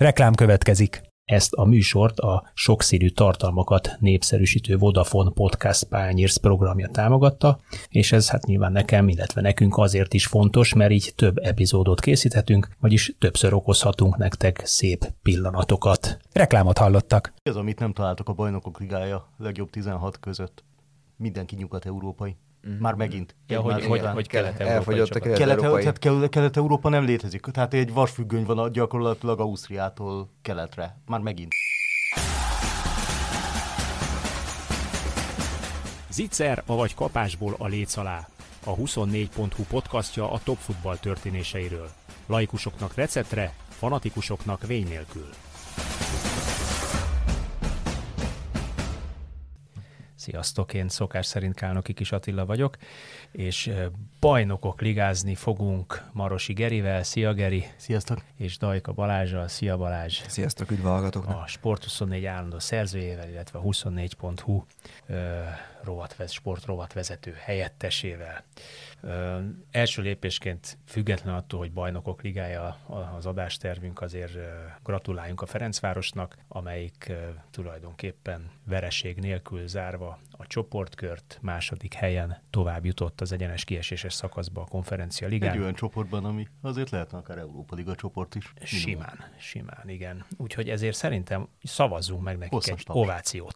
Reklám következik. Ezt a műsort a sokszínű tartalmakat népszerűsítő Vodafone Podcast Pioneers programja támogatta, és ez hát nyilván nekem, illetve nekünk azért is fontos, mert így több epizódot készíthetünk, vagyis többször okozhatunk nektek szép pillanatokat. Reklámot hallottak. Ez, amit nem találtak a Bajnokok Ligája legjobb 16 között. Mindenki nyugat-európai. Már megint. Ja, hogy Kelet-Európa nem létezik. Tehát egy vasfüggöny van gyakorlatilag Ausztriától keletre. Már megint. Zicser, avagy kapásból a léc alá. A 24.hu podcastja a top futball történéseiről. Laikusoknak receptre, fanatikusoknak vény nélkül. Sziasztok, én szokás szerint Kálnoki Kis Attila vagyok, és bajnokok ligázni fogunk Marosi Gerivel. Szia Geri! Sziasztok! És Dajka Balázsral. Szia Balázs! Sziasztok, üdv hallgatóknak! A Sport24 állandó szerzőjével, illetve a 24.hu sportrovatvezető helyettesével. Első lépésként független attól, hogy Bajnokok Ligája az adástervünk, azért gratuláljunk a Ferencvárosnak, amelyik tulajdonképpen vereség nélkül zárva a csoportkört, második helyen tovább jutott az egyenes kieséses szakaszba a Konferencia Ligán. Egy olyan csoportban, ami azért lehetne akár Európa Liga csoport is. Simán, igen. Úgyhogy ezért szerintem szavazzunk meg nekik egy ovációt.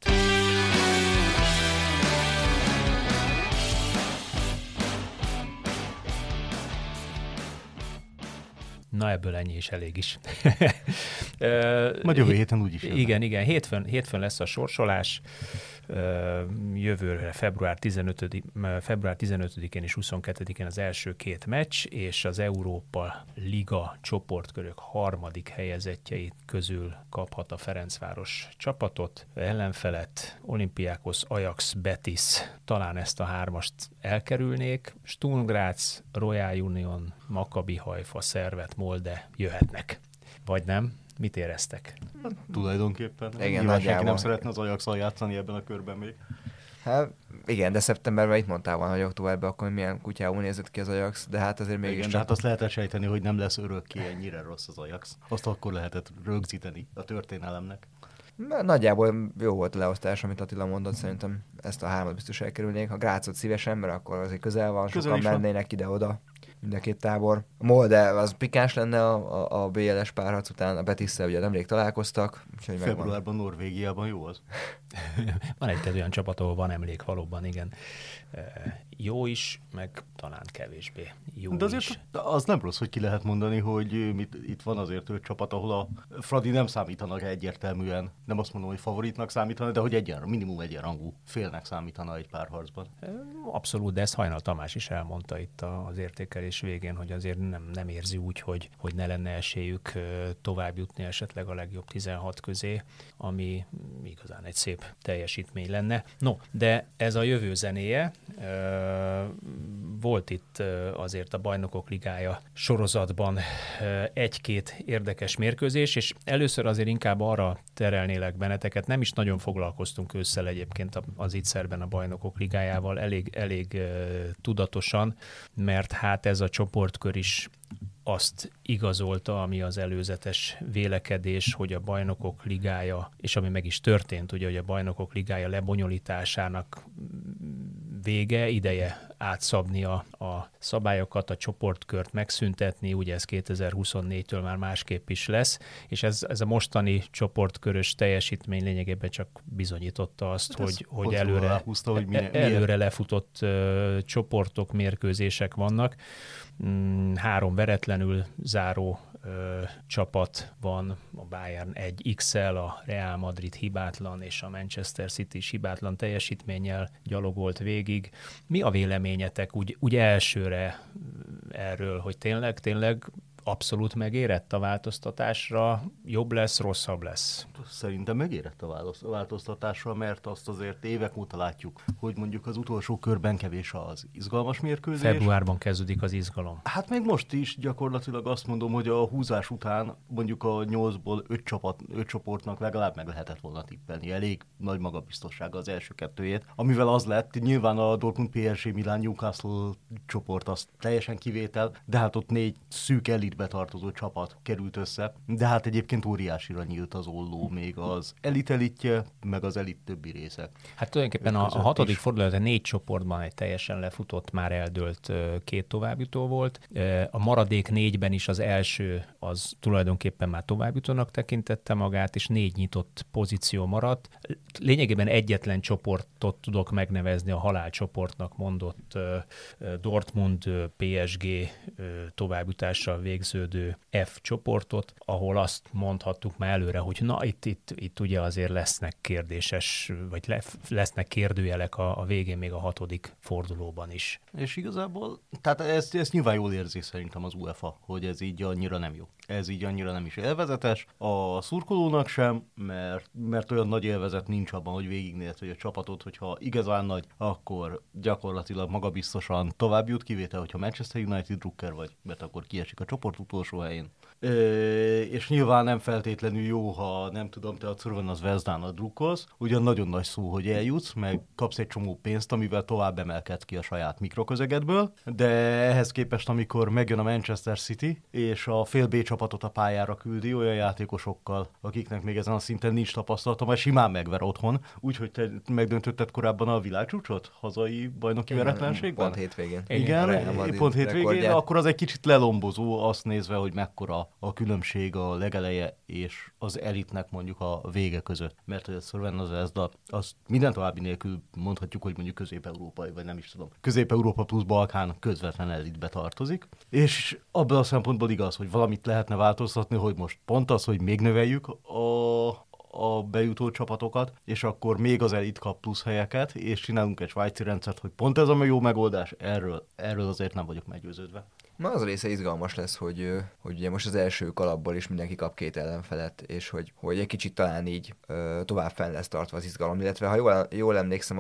Na, ebből ennyi is elég is. Majd jövő héten úgyis. Igen. Hétfőn lesz a sorsolás. Jövőre február 15-én és 22-én az első két meccs, és az Európa Liga csoportkörök harmadik helyezettjei közül kaphat a Ferencváros csapatot, ellenfelet, Olympiakos, Ajax, Betis, talán ezt a hármast elkerülnék, Sturm Graz, Royal Union, Maccabi Haifa, Servette, Molde jöhetnek. Vagy nem? Mit éreztek? Tulajdonképpen. Igen, nyilván senki nem szeretne az Ajax-al játszani ebben a körben még. Hát igen, de szeptemberben itt mondtál volna, hogy októberben akkor milyen kutyául nézett ki az Ajax, de hát azért mégis... Igen, de hát azt lehetett sejteni, hogy nem lesz örökké ennyire rossz az Ajax. Azt akkor lehetett rögzíteni a történelemnek. Nagyjából jó volt a leosztás, amit Attila mondott, szerintem ezt a hármat biztos elkerülnék. A Grácot szívesen, mert akkor azért közel van, sokan mennének ide-oda, mind a két tábor. A Molde az pikáns lenne a BLS párharc után, a Betisszel ugye nemrég találkoztak. Februárban Norvégiában jó az. Van egy olyan csapat, ahol van emlék valóban, igen. Jó is, meg talán kevésbé jó. De azért is. Az nem rossz, hogy ki lehet mondani, hogy itt van azért 5 csapat, ahol a Fradi nem számítanak egyértelműen, nem azt mondom, hogy favoritnak számítanak, de hogy minimum egyenrangú félnek számítana egy párharcban. Abszolút, de ezt Hajnal Tamás is elmondta itt az értékelés végén, hogy azért nem érzi úgy, hogy ne lenne esélyük tovább jutni esetleg a legjobb 16 közé, ami igazán egy szép teljesítmény lenne. No, de ez a jövő zenéje. Volt itt azért a Bajnokok Ligája sorozatban egy-két érdekes mérkőzés, és először azért inkább arra terelnélek benneteket, nem is nagyon foglalkoztunk ősszel egyébként az Zicserben a Bajnokok Ligájával, elég tudatosan, mert hát ez a csoportkör is azt igazolta, ami az előzetes vélekedés, hogy a Bajnokok Ligája, és ami meg is történt, ugye, hogy a Bajnokok Ligája lebonyolításának vége, ideje átszabni a szabályokat, a csoportkört megszüntetni, ugye ez 2024-től már másképp is lesz, és ez a mostani csoportkörös teljesítmény lényegében csak bizonyította azt, hogy előre lefutott csoportok, mérkőzések vannak. 3 veretlenül záró csapat van, a Bayern 1 XL, a Real Madrid hibátlan, és a Manchester City is hibátlan teljesítménnyel gyalogolt végig. Mi a véleményetek úgy elsőre erről, hogy tényleg abszolút megérett a változtatásra, jobb lesz, rosszabb lesz? Szerintem megérett a változtatásra, mert azt azért évek óta látjuk, hogy mondjuk az utolsó körben kevés az izgalmas mérkőzés. Februárban kezdődik az izgalom. Hát még most is gyakorlatilag azt mondom, hogy a húzás után mondjuk a 8-ból 5 csoportnak legalább meg lehetett volna tippelni. Elég nagy magabiztossága az első kettőjét, amivel az lett, nyilván a Dortmund, PSG, Milan, Newcastle csoport az teljesen kivétel, de hát ott 4 szűk elit elitbe tartozó csapat került össze, de hát egyébként óriásira nyílt az olló még az elitje, meg az elit többi része. Hát tulajdonképpen a 6. fordulat 4 csoportban egy teljesen lefutott, már eldőlt 2 továbbjutó volt. A maradék 4-ben is az első az tulajdonképpen már továbbjutónak tekintette magát, és 4 nyitott pozíció maradt. Lényegében egyetlen csoportot tudok megnevezni, a halálcsoportnak mondott Dortmund, PSG továbbjutással végződő F csoportot, ahol azt mondhattuk már előre, hogy na itt ugye azért lesznek kérdéses, vagy lesznek kérdőjelek a végén még a 6. fordulóban is. És igazából, tehát ezt nyilván jól érzi szerintem az UEFA, hogy ez így annyira nem jó. Ez így annyira nem is élvezetes. A szurkolónak sem, mert olyan nagy élvezet nincs abban, hogy végignézed, hogy a csapatot, hogyha igazán nagy, akkor gyakorlatilag magabiztosan tovább jut, kivétel, hogyha Manchester United drukker vagy, mert akkor kiesik a csoport utolsó helyén. És nyilván nem feltétlenül jó, ha nem tudom, te a Crvena Zvezdának drukkolsz, ugyan nagyon nagy szó, hogy eljutsz, meg kapsz egy csomó pénzt, amivel tovább emelkedsz ki a saját mikroközegedből, de ehhez képest, amikor megjön a Manchester City, és a fél B csapatot a pályára küldi olyan játékosokkal, akiknek még ezen a szinten nincs tapasztalata, majd simán megver otthon, úgyhogy te megdöntötted korábban a világcsúcsot hazai bajnoki veretlenségben? Pont hétvégén. Igen, pont hétvégén, akkor az egy kicsit lelombozó azt nézve, hogy mekkora a különbség a legeleje és az elitnek mondjuk a vége között. Mert hogy a Crvena Zvezda, azt minden további nélkül mondhatjuk, hogy mondjuk közép-európai, vagy nem is tudom. Közép-európa plusz Balkán közvetlen elitbe tartozik. És abban a szempontból igaz, hogy valamit lehetne változtatni, hogy most pont az, hogy még növeljük a bejutó csapatokat, és akkor még az elit kap plusz helyeket, és csinálunk egy svájci rendszert, hogy pont ez a jó megoldás, erről azért nem vagyok meggyőződve. Na az a része izgalmas lesz, hogy ugye most az első kalapból is mindenki kap 2 ellenfelet, és hogy egy kicsit talán így tovább fenn lesz tartva az izgalom, illetve ha jól emlékszem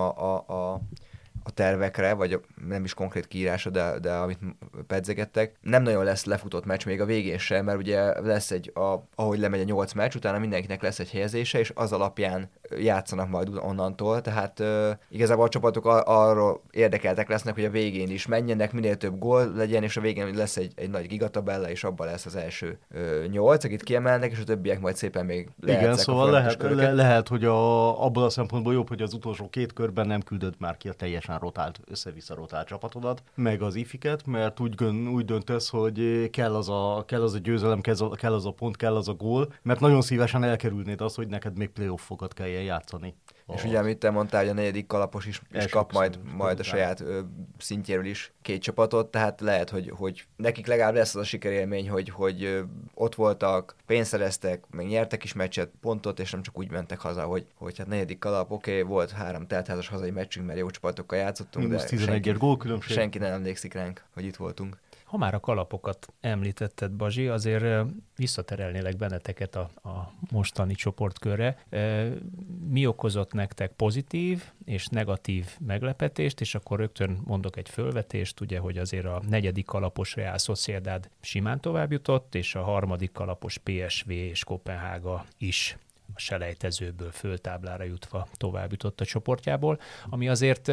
a tervekre, vagy nem is konkrét kiírása, de amit pedzegettek, nem nagyon lesz lefutott meccs még a végén sem, mert ugye lesz ahogy lemegy a 8 meccs, utána mindenkinek lesz egy helyezése, és az alapján játszanak majd onnantól, tehát igazából a csapatok arról érdekeltek lesznek, hogy a végén is menjenek, minél több gól legyen, és a végén lesz egy nagy gigatabella, és abban lesz az első 8, akit kiemelnek, és a többiek majd szépen még igen, szóval lehet, hogy abból a szempontból jobb, hogy az utolsó 2 körben nem küldöd már ki a teljesen össze-vissza rotált csapatodat, meg az ifiket, mert úgy döntesz, hogy kell az a győzelem, kell az a pont, kell az a gól, mert nagyon szívesen elkerülnéd azt, hogy neked még playoff-okat kelljen játszani. És ugye, amit te mondtál, hogy a 4. kalapos is kap majd a saját szintjéről is 2 csapatot, tehát lehet, hogy nekik legalább lesz az a sikerélmény, hogy ott voltak, pénzt szereztek, meg nyertek is meccset, pontot, és nem csak úgy mentek haza, hogy hát 4. kalap, oké, volt 3 teltházas hazai meccsünk, mert jó csapatokkal játszottunk, de 11 gólkülönbség. Senki nem emlékszik ránk, hogy itt voltunk. Ha már a kalapokat említetted, Bazsi, azért visszaterelnélek benneteket a mostani csoportkörre. Mi okozott nektek pozitív és negatív meglepetést, és akkor rögtön mondok egy fölvetést, ugye, hogy azért a 4. kalapos Real Sociedad simán tovább jutott, és a 3. kalapos PSV és Koppenhága is a selejtezőből föltáblára jutva tovább jutott a csoportjából, ami azért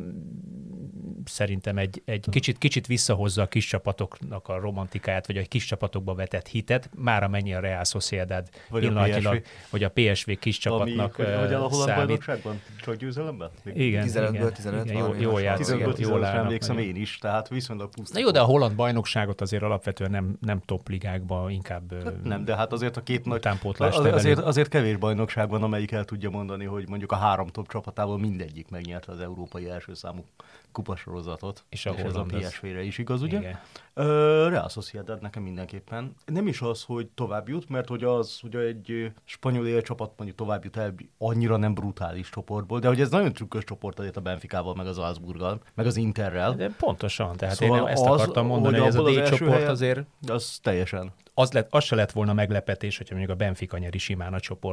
szerintem egy kicsit visszahozza a kis csapatoknak a romantikáját, vagy a kis csapatokba vetett hitet, már amennyi a Real Sociedad pillanatilag, vagy a PSV kis csapatnak hogy a holland bajnokságban? Csak győzelemben? Igen. 15-ből 15. Jól játszik. 15-ből 15 emlékszem én is, tehát viszonylag pusztán. Na jó, de a holland bajnokságot azért alapvetően nem top ligákban, inkább nem, de hát azért a 2 nagy utánpótlás azért kevés bajnokság van, amelyik el tudja mondani, hogy mondjuk a 3 top csapatából mindegyik megnyerte az európai első számú kupasorozatot. És ez a PSV-re is igaz, ugye? Real Sociedad nekem mindenképpen. Nem is az, hogy tovább jut, mert hogy az ugye egy spanyol élcsapat mondjuk tovább jut el annyira nem brutális csoportból, de hogy ez nagyon trükkös csoport azért a Benficával, meg az Salzburggal, meg az Interrel. De pontosan, tehát szóval én ezt akartam mondani, hogy ez a D-csoport azért... Az teljesen. Az se lett volna meglepetés, hogyha mondjuk a Benfica nyeri simán a csoportot.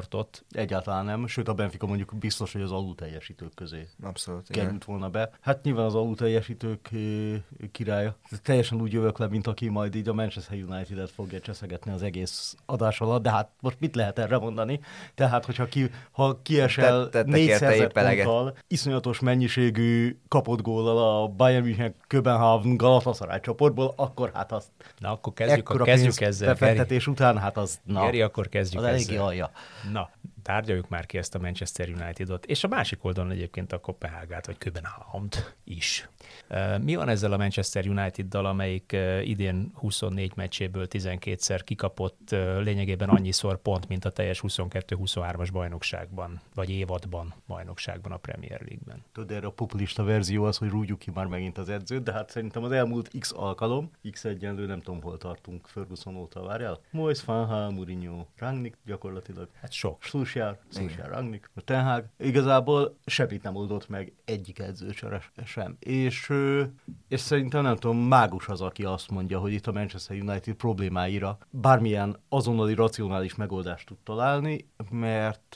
csoportot. Egyáltalán nem, sőt a Benfica mondjuk biztos, hogy az alulteljesítők közé Abszolút, került volna be. Hát nyilván az alulteljesítők királya. Teljesen úgy jövök le, mint aki majd így a Manchester United-et fogja cseszegetni az egész adás alatt, de hát most mit lehet erre mondani? Tehát, hogyha kiesel 400 ponttal, iszonyatos mennyiségű kapott góllal a Bayern München, Köbenhavn, Galatasaray csoportból, akkor hát azt... Na, akkor kezdjük ezzel. Befektetés után, hát az... Geri, akkor kezdjük az ezzel. eléggé alja. Na, tárgyaljuk már ki ezt a Manchester United-ot, és a másik oldalon egyébként a Kopenhágát, vagy Köbenhavnt is. Mi van ezzel a Manchester United-dal, amelyik idén 24 meccséből 12-szer kikapott lényegében annyiszor pont, mint a teljes 22-23-as bajnokságban, vagy évadban bajnokságban a Premier League-ben? Tudod, erre a populista verzió az, hogy rúgjuk ki már megint az edzőt, de hát szerintem az elmúlt X alkalom, X egyenlő, nem tudom, hol tartunk Ferguson óta, várjál? Moyes, Van Gaal, Mourinho, Rangnick gyakorlatilag. Hát sok. Solskjaer, Rangnick, Ten Hag. Igazából semmit nem oldott meg egyik edzőcsere sem. És szerintem nem tudom, mágus az, aki azt mondja, hogy itt a Manchester United problémáira bármilyen azonnali racionális megoldást tud találni, mert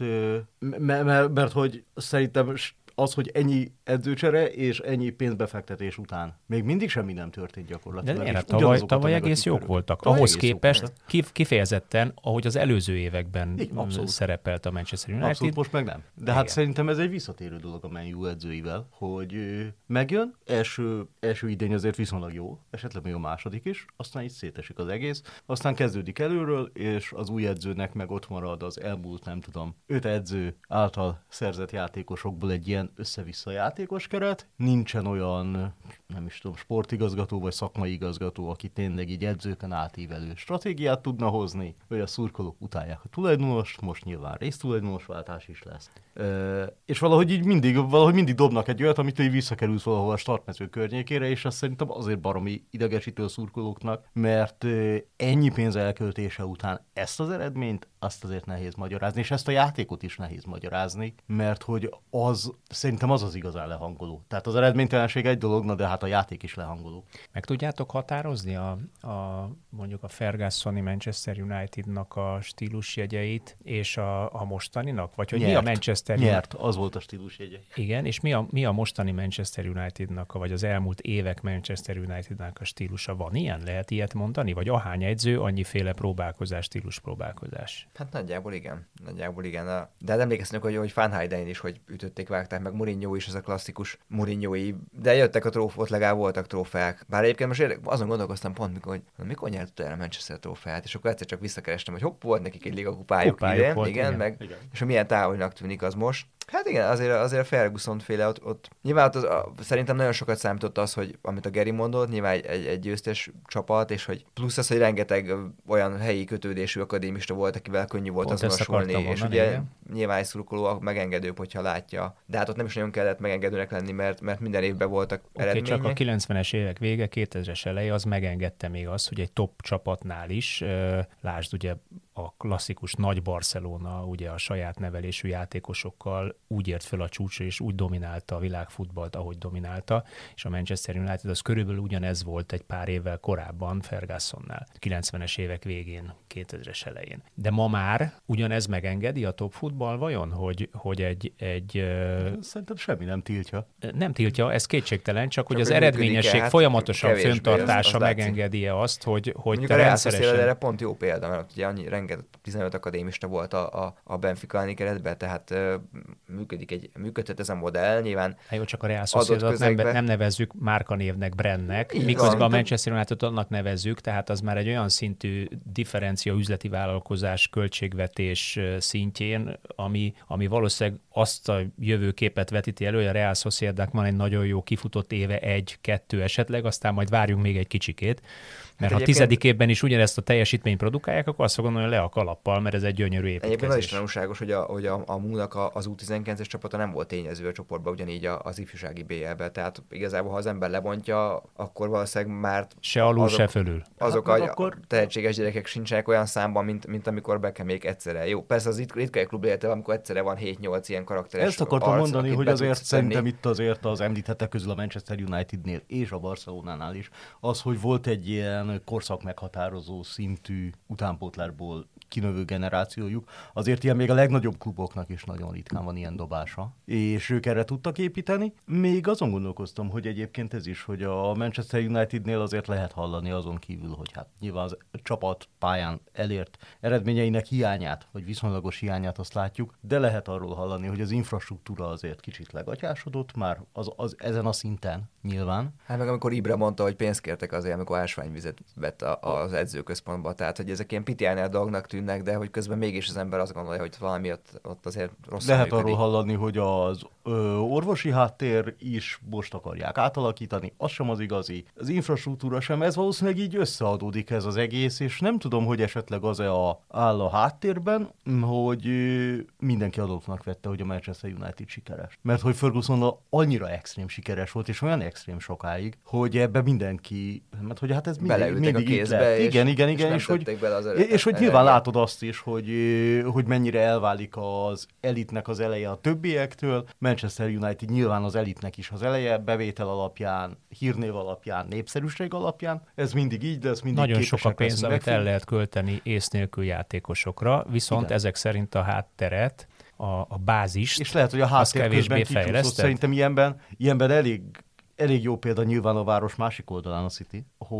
hogy szerintem az, hogy ennyi edzőcsere és ennyi pénzbefektetés után még mindig semmi nem történt gyakorlatilag. De tavaly egész jók voltak. Ahhoz képest kifejezetten, ahogy az előző években szerepelt a Manchester United. Abszolút, most meg nem. De hát szerintem ez egy visszatérő dolog a Man U edzőivel, hogy megjön, első idény azért viszonylag jó, esetleg még a második is, aztán így szétesik az egész, aztán kezdődik előről, és az új edzőnek meg ott marad az elmúlt, nem tudom, 5 edző által szerzett játékosokból egy ilyen össze-vissza játékos keret, nincsen olyan, nem is tudom, sportigazgató vagy szakmai igazgató, aki tényleg így edzőken átívelő stratégiát tudna hozni, vagy a szurkolók utálják a tulajdonost, most nyilván résztulajdonosváltás is lesz. És valahogy mindig dobnak egy olyat, amit így visszakerült valahol a startmező környékére, és azt szerintem azért baromi idegesítő a szurkolóknak, mert ennyi pénz elköltése után ezt az eredményt, azt azért nehéz magyarázni, és ezt a játékot is nehéz magyarázni, mert hogy szerintem az igazán lehangoló. Tehát az eredménytelenség egy dolog, de hát a játék is lehangoló. Meg tudjátok határozni mondjuk a Fergusoni Manchester United-nak a stílusjegyeit, és a mostaninak? Vagy hogy mi a Manchester Nyert, az volt a stílusjegye. Igen, és mi a mostani Manchester United-nak, vagy az elmúlt évek Manchester United-nak a stílusa? Van ilyen? Lehet ilyet mondani? Vagy ahány edző, annyiféle próbálkozás, stíluspróbálkozás? Hát nagyjából igen. De emlékeznek, hogy Van Heyden is, hogy ütötték, vágták, meg Mourinho is, ez a klasszikus Mourinho-i, de jöttek a trófeák, legalább voltak trófeák. Bár egyébként most azon gondolkoztam pont, mikor nyert el a Manchester trófeát, és akkor egyszer csak visszakerestem, hogy volt nekik egy ligakupájuk idén, igen. És hogy milyen távolinak tűnik az most. Hát igen, azért a Ferguson féle ott nyilván szerintem nagyon sokat számított az, hogy amit a Geri mondott, nyilván egy győztes csapat, és hogy plusz az, hogy rengeteg olyan helyi kötődésű akadémista volt, akivel könnyű volt azonosulni, és ugye nyilván egy szurkoló megengedőbb, hogyha látja. De hát ott nem is nagyon kellett megengedőnek lenni, mert minden évben voltak eredmények. Csak a 90-es évek vége, 2000-es eleje az megengedte még azt, hogy egy top csapatnál is, lásd ugye a klasszikus nagy Barcelona, ugye a saját nevelésű játékosokkal úgy ért föl a csúcsra, és úgy dominálta a világfutballt, ahogy dominálta, és a Manchester United az körülbelül ugyanez volt egy pár évvel korábban Fergusonnál, 90-es évek végén, 2000-es elején. De ma már ugyanez megengedi a top futball vajon, hogy egy Szerintem semmi nem tiltja. Nem tiltja, ez kétségtelen, csak hogy az eredményesség folyamatosan föntartása megengedi-e azt, hogy te rendszeresen... Erre pont jó példa, mert ugye annyi rengeteg 15 akadémista volt a Benfica keretben, tehát működhet ez a modell, nyilván. Jó, csak a Real Sociedad nem nevezzük márkanévnek, brandnek, miközben a Manchester United annak nevezzük, tehát az már egy olyan szintű differencia üzleti vállalkozás költségvetés szintjén, ami valószínűleg azt a jövőképet vetíti elő, hogy a Real Sociedadnak van egy nagyon jó kifutott éve, 1-2 esetleg, aztán majd várjunk még egy kicsikét. Mert ha a 10. évben is ugyanezt a teljesítményt produkálják, akkor azt gondolom, hogy le a kalappal, mert ez egy gyönyörű építkezés. Egyébként az is tanulságos, hogy a MU-nak az U19-es csapata nem volt tényező a csoportban, ugyanígy az ifjúsági BL-ben. Tehát igazából, ha az ember lebontja, akkor valószínűleg már se alul, se fölül. Azok akkor tehetséges gyerekek sincsenek olyan számban, mint amikor Bekemék egyszerre. Jó, persze az ritka klub élete, amikor egyszerre van 7-8 ilyen karakteres. Ezt akartam mondani, hogy azért szerintem itt azért az említettek közül a Manchester Unitednél és a Barcelonánál is az, hogy volt egy ilyen korszak meghatározó szintű utánpótlásból kinövő generációjuk. Azért ilyen még a legnagyobb kluboknak is nagyon ritkán van ilyen dobása. És ők erre tudtak építeni. Még azon gondolkoztam, hogy egyébként ez is, hogy a Manchester Unitednél azért lehet hallani azon kívül, hogy hát nyilván az csapat pályán elért eredményeinek hiányát, vagy viszonylagos hiányát azt látjuk, de lehet arról hallani, hogy az infrastruktúra azért kicsit legatyásodott már az ezen a szinten nyilván. Hát meg amikor Ibra mondta, hogy pénzt kértek azért, amikor ásványvizet vett az edzőközpontba, tehát hogy ezek ilyen pitiánál dolgnak tűnnek, de hogy közben mégis az ember azt gondolja, hogy valami ott azért rosszul lehet működik. arról hallani, hogy az orvosi háttér is most akarják átalakítani, az sem az igazi, az infrastruktúra sem, ez valószínűleg így összeadódik ez az egész, és nem tudom, hogy esetleg az-e áll a háttérben, hogy mindenki adottnak vette, hogy a Manchester United sikeres. Mert hogy Ferguson annyira extrém sikeres volt, és olyan extrém sokáig, hogy ebbe mindenki, mert hogy hát ez mindig a kézbe, igen, és hogy nyilván látod azt is, hogy mennyire elválik az elitnek az eleje a többiektől. Manchester United nyilván az elitnek is az eleje, bevétel alapján, hírnév alapján, népszerűség alapján. Ez mindig így, de ez mindig nagyon sok a pénz, amit el lehet költeni ész nélkül játékosokra, viszont igen, ezek szerint a hátteret, a bázist, és lehet, hogy a háttér közben kicsúszott. Szerintem ilyenben elég jó példa nyilván a város másik oldalán a City,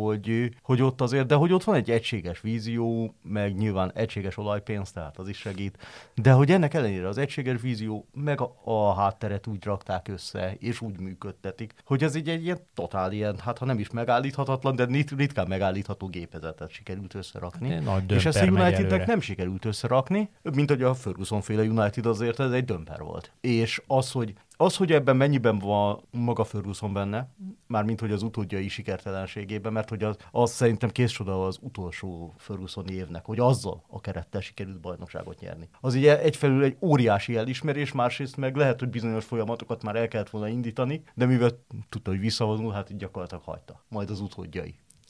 hogy ott azért, de hogy ott van egy egységes vízió, meg nyilván egységes olajpénz, tehát az is segít, de hogy ennek ellenére az egységes vízió, meg a hátteret úgy rakták össze, és úgy működtetik, hogy ez egy ilyen totál ilyen, hát ha nem is megállíthatatlan, de ritkán megállítható gépezetet sikerült összerakni. És ezt a Unitednek nem sikerült összerakni, mint hogy a Ferguson-féle United azért ez egy dömper volt. És az, hogy ebben mennyiben van maga Ferguson benne, mármint hogy az utódjai sikertelenségében, mert hogy az szerintem kézcsoda az utolsó Ferguson évnek, hogy azzal a kerettel sikerült bajnokságot nyerni. Az ugye egyfelől egy óriási elismerés, másrészt meg lehet, hogy bizonyos folyamatokat már el kellett volna indítani, de mivel tudta, hogy visszavonul, hát így gyakorlatilag hagyta. Majd az utódjai.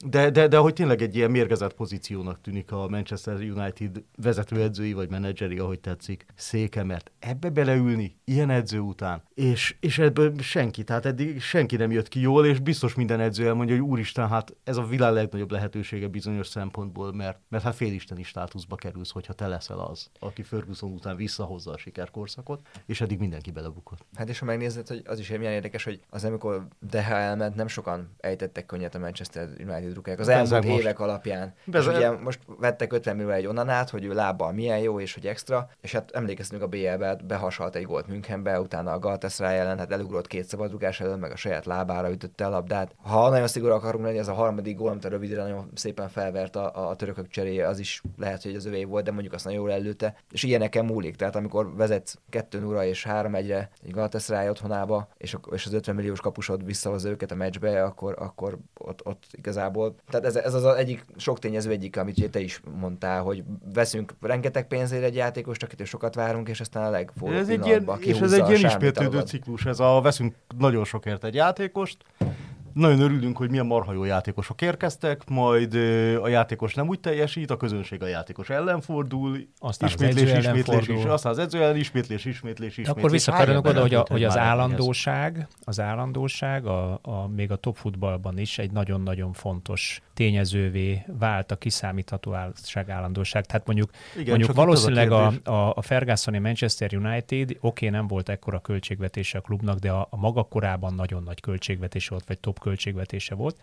De hogy tényleg egy ilyen mérgezett pozíciónak tűnik a Manchester United vezetőedzői vagy menedzseri, ahogy tetszik, széke, mert ebbe beleülni ilyen edző után, és ebből tehát eddig senki nem jött ki jól, és biztos minden edző elmondja, hogy úristen, hát ez a világ legnagyobb lehetősége bizonyos szempontból, mert hát félisteni státuszba kerülsz, hogyha te leszel az, aki Ferguson után visszahozza a sikerkorszakot, és eddig mindenki belebukott. Hát és ha megnézed, hogy az is milyen érdekes, hogy az amikor Deha elment, nem sokan ejtettek könnyet a Manchester United drukák az elmúlt évek alapján. És ugye most vettek 50 millió egy Onanát, hogy ő lábbal milyen jó, és hogy extra, és hát emlékeztünk a BL-be, behasalt egy gólt Münchenbe, utána a Galatasaray ellen, hát elugrott 2 szabadrugás elől, meg a saját lábára ütötte a labdát. Ha nagyon szigorú akarunk lenni, ez a harmadik gól, amit a rövidre nagyon szépen felvert a törökök cseréje, az is lehet, hogy az övé volt, de mondjuk azt nagyon jól előtte. És ilyeneken múlik. Tehát amikor vezetsz 2-0 és 3-1-re egy Galatasaray otthonába, és az 50 milliós kapusod visszahozza őket a meccsbe, akkor ott igazából. Tehát ez az egyik sok tényező egyik, amit te is mondtál, hogy veszünk rengeteg pénzért egy játékost, akitől sokat várunk, és aztán a legforróbb pillanatban kihúzza. És ez egy ilyen ismétlődő ciklus, veszünk nagyon sokért egy játékost, nagyon örülünk, hogy milyen marha jó játékosok érkeztek, majd a játékos nem úgy teljesít, a közönség a játékos ellen fordul, aztán aztán az edző ellen ismétlés. Akkor visszakerülünk oda, hogy az állandóság még a top futballban is egy nagyon-nagyon fontos tényezővé vált a kiszámíthatóság állandóság. Tehát mondjuk valószínűleg a Fergusoni Manchester United nem volt ekkora költségvetése a klubnak, de a maga korában nagyon nagy költségvetése volt, vagy top költségvetése volt,